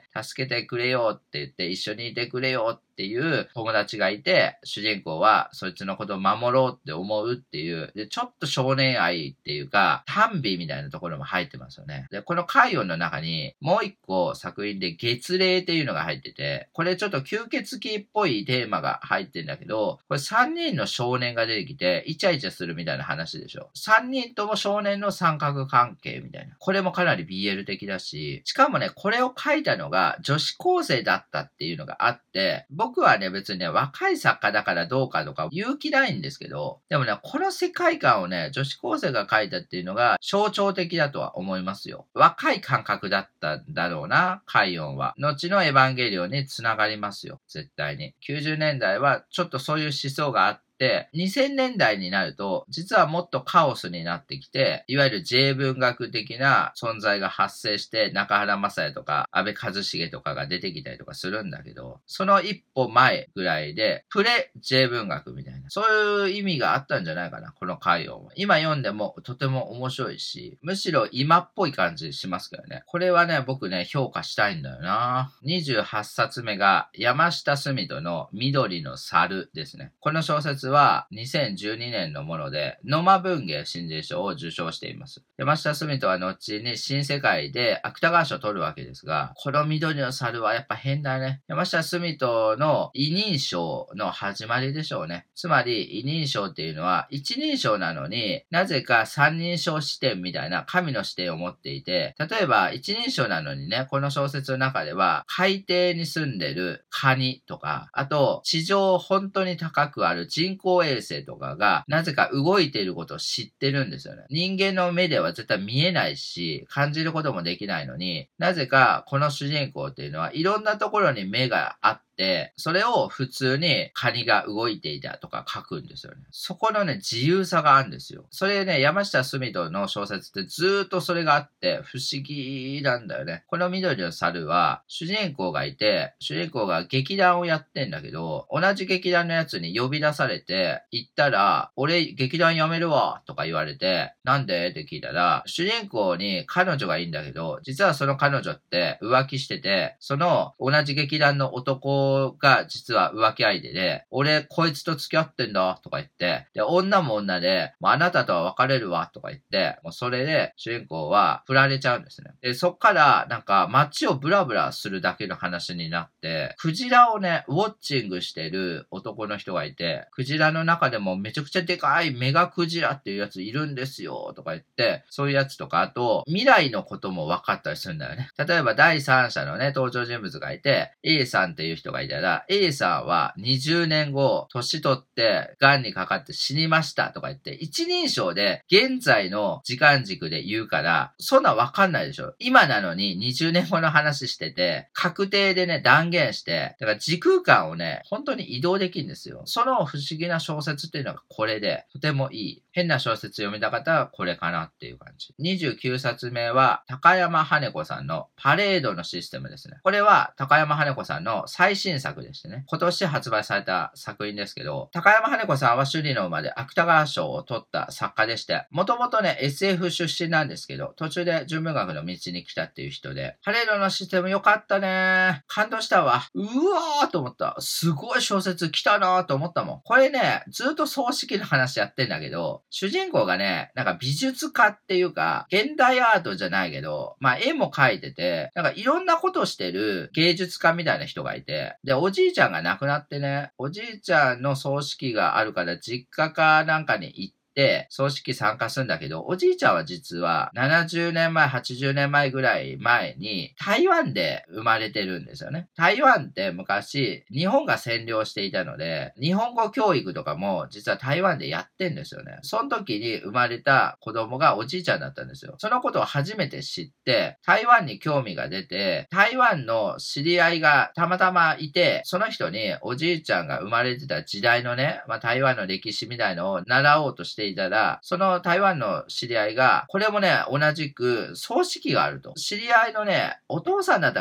助けてくれよって言って一緒にいてくれよっていう友達がいて、主人公はそいつのことを守ろうって思うっていう、で、ちょっと少年愛っていうか、短美みたいなところも入ってますよね。で、この海音の中にもう一個作品で月齢っていうのが入ってて、これちょっと吸血鬼っぽいテーマが入ってんだけど、これ3人の少年が出てきて、イチャイチャするみたいな話でしょ。3人とも少年の三角関係みたいな。これもかなり BL 的だし、しかもね、これを書いたのが女子高生だったっていうのがあって、僕はね、別にね、若い作家だからどうかとか言う気ないんですけど、でもね、この世界観をね、女子高生が書いたっていうのが象徴的だとは思いますよ。若い感覚だったんだろうな、海音は。後のエヴァンゲリオンに繋がりますよ。絶対に。90年代はちょっとそういう思想があって、2000年代になると、実はもっとカオスになってきて、いわゆる J 文学的な存在が発生して、中原雅也とか安倍一茂とかが出てきたりとかするんだけど、その一歩前ぐらいで、プレ J 文学みたいな、そういう意味があったんじゃないかな、この回を。今読んでもとても面白いし、むしろ今っぽい感じしますけどね。これはね、僕ね、評価したいんだよな。28冊目が山下澄人の緑の猿ですね。この小説は2012年のもので、野間文芸新人賞を受賞しています。山下澄人は後に新世界で芥川賞を取るわけですが、この緑の猿はやっぱ変だね。山下澄人の異認症の始まりでしょうね。つまり、異認症っていうのは、一人称なのになぜか三人称視点みたいな神の視点を持っていて、例えば一人称なのにね、この小説の中では、海底に住んでるカニとか、あと、地上本当に高くある人工衛星とかが、なぜか動いていることを知ってるんですよね。人間の目では絶対見えないし、感じることもできないのに、なぜかこの主人公っていうのは、いろんなところに目があって、それを普通にカニが動いていたとか書くんですよね。そこのね、自由さがあるんですよ。それね、山下澄人の小説ってずーっとそれがあって不思議なんだよね。この緑の猿は主人公がいて、主人公が劇団をやってんだけど、同じ劇団のやつに呼び出されて、行ったら、俺劇団辞めるわとか言われて、なんでって聞いたら、主人公に彼女がいいんだけど、実はその彼女って浮気してて、その同じ劇団の男が実は浮気相手で、俺こいつと付き合ってんだとか言って、で、女も女で、もうあなたとは別れるわとか言って、もうそれで主人公は振られちゃうんですね。で、そっからなんか街をブラブラするだけの話になって、クジラをね、ウォッチングしてる男の人がいて、クジラの中でもめちゃくちゃでかいメガクジラっていうやついるんですよとか言って、そういうやつとか、あと未来のことも分かったりするんだよね。例えば第三者のね、登場人物がいて、A さんっていう人がいたら、A さんは20年後、年取って癌にかかって死にましたとか言って、一人称で現在の時間軸で言うから、そんな分かんないでしょ。今なのに20年後の話してて、確定でね、断言して、だから時空間をね、本当に移動できるんですよ。その不思議な小説っていうのがこれで、とてもいい。変な小説読みた方はこれかなっていう感じ。29冊目は、高山羽子さんのパレードのシステムですね。これは高山羽子さんの最新作でしてね。今年発売された作品ですけど、高山羽子さんは首里の馬で芥川賞を取った作家でして、もともとね、SF 出身なんですけど、途中で純文学の道に来たっていう人で、パレードのシステム良かったね。感動したわ。うわーと思った。すごい小説来たなーと思ったもん。これね、ずっと葬式の話やってんだけど、主人公がね、なんか美術家っていうか、現代アートじゃないけど、まあ絵も描いてて、なんかいろんなことしてる芸術家みたいな人がいて、で、おじいちゃんが亡くなってね、おじいちゃんの葬式があるから実家かなんかに行って、葬式参加するんだけど、おじいちゃんは実は70年前、80年前ぐらい前に台湾で生まれてるんですよね。台湾って昔日本が占領していたので、日本語教育とかも実は台湾でやってんですよね。その時に生まれた子供がおじいちゃんだったんですよ。そのことを初めて知って、台湾に興味が出て、台湾の知り合いがたまたまいて、その人におじいちゃんが生まれてた時代のね、台湾の歴史みたいのを習おうとしていたら、その台湾の知り合いが、これもね、同じく葬式があると。知り合いのね、お父さんだったかな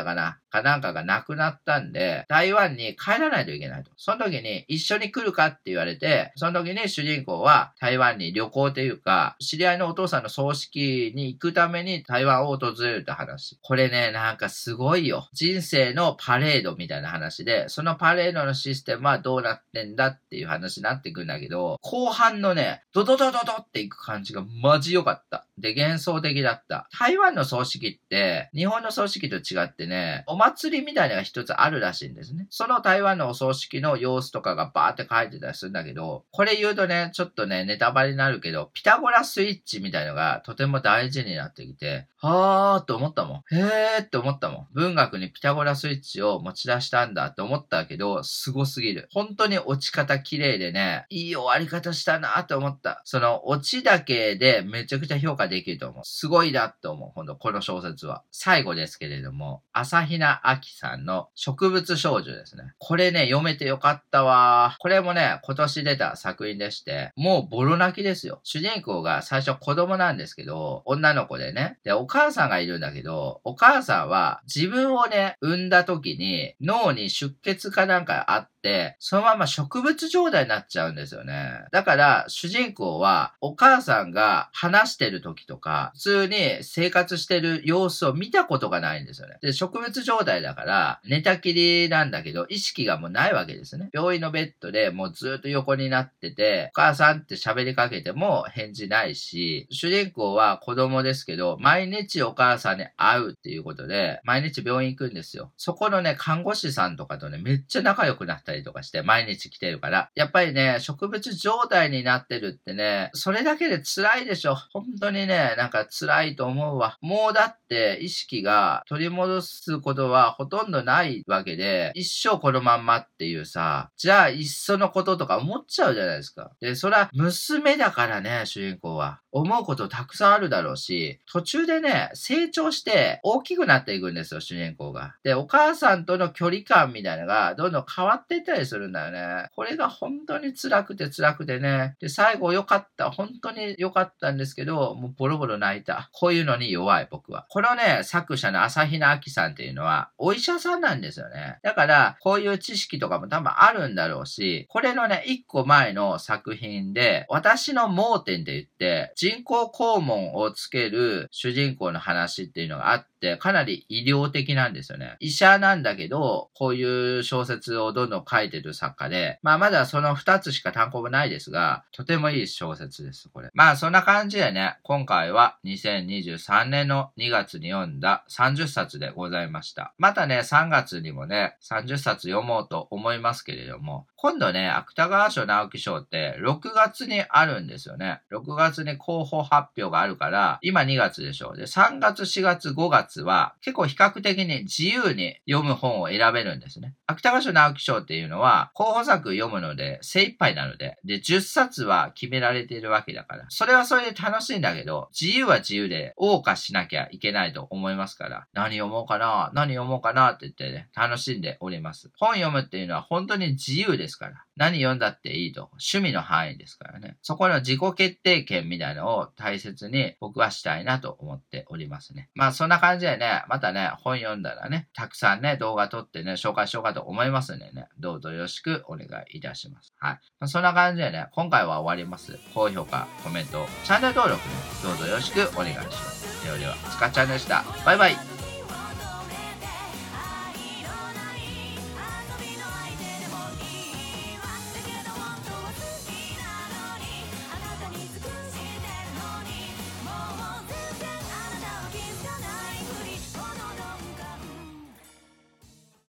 かなんかが亡くなったんで、台湾に帰らないといけないと。その時に一緒に来るかって言われて、その時に主人公は台湾に旅行というか、知り合いのお父さんの葬式に行くために台湾を訪れるって話。これね、なんかすごいよ。人生のパレードみたいな話で、そのパレードのシステムはどうなってんだっていう話になってくるんだけど、後半のね、ドドドドドっていく感じがマジ良かった。で、幻想的だった。台湾の葬式って、日本の葬式と違ってね、お祭りみたいなのが一つあるらしいんですね。その台湾のお葬式の様子とかがバーって書いてたりするんだけど、これ言うとね、ちょっとね、ネタバレになるけど、ピタゴラスイッチみたいのがとても大事になってきて、はーって思ったもん。へーって思ったもん。文学にピタゴラスイッチを持ち出したんだって思ったけど、すごすぎる。本当に落ち方綺麗でね、いい終わり方したなって思った。その落ちだけでめちゃくちゃ評価できると思う。すごいなって思う。ほんと、この小説は。最後ですけれども、朝比奈明さんの植物少女ですね。これね、読めてよかったわ。これもね、今年出た作品でして、もうボロ泣きですよ。主人公が最初子供なんですけど、女の子でね。で、お母さんがいるんだけど、お母さんは自分をね、産んだ時に脳に出血かなんかあって、そのまま植物状態になっちゃうんですよね。だから、主人公は、お母さんが話してる時とか、普通に生活してる様子を見たことがないんですよね。で、植物状態だから、寝たきりなんだけど、意識がもうないわけですね。病院のベッドでもうずっと横になってて、お母さんって喋りかけても返事ないし、主人公は子供ですけど、毎日お母さんに会うっていうことで、毎日病院行くんですよ。そこのね、看護師さんとかとね、めっちゃ仲良くなったりとかして、毎日来てるから。やっぱりね、植物状態になってるってね、それだけで辛いでしょ。本当にね、なんか辛いと思うわ。もうだって意識が取り戻すことはほとんどないわけで、一生このまんまっていうさ、じゃあいっそのこととか思っちゃうじゃないですか。で、そら娘だからね、主人公は。思うことたくさんあるだろうし、途中でね、成長して大きくなっていくんですよ、主人公が。で、お母さんとの距離感みたいなのがどんどん変わっていったりするんだよね。これが本当に辛くてね。で、最後良かった。本当に良かったんですけど、もうボロボロ泣いた。こういうのに弱い、僕は。このね、作者の朝比奈明さんっていうのは、お医者さんなんですよね。だから、こういう知識とかも多分あるんだろうし、これのね、一個前の作品で、私の盲点って言って、人工肛門をつける主人公の話っていうのがあって、かなり医療的なんですよね。医者なんだけど、こういう小説をどんどん書いてる作家で、まあまだその2つしか単行本ないですが、とてもいい小説です、これ。まあそんな感じでね、今回は2023年の2月に読んだ30冊でございました。またね、3月にもね、30冊読もうと思いますけれども、今度ね、芥川賞直木賞って6月にあるんですよね。6月に候補発表があるから、今2月でしょ。で、3月、4月、5月は結構比較的に自由に読む本を選べるんですね。芥川賞直木賞っていうのは候補作読むので精一杯なので、で、10冊は決められているわけだから、それはそれで楽しいんだけど、自由は自由で謳歌しなきゃいけないと思いますから、何読もうかなって言ってね、楽しんでおります。本読むっていうのは本当に自由ですから、何読んだっていいと、趣味の範囲ですからね。そこの自己決定権みたいなのを大切に僕はしたいなと思っておりますね。まあそんな感じでね、またね、本読んだらね、たくさんね、動画撮ってね、紹介しようかと思いますんでね、どうぞよろしくお願いいたします。はい。まあ、そんな感じでね、今回は終わります。高評価、コメント、チャンネル登録ね、どうぞよろしくお願いします。ではでは、スカちゃんでした。バイバイ。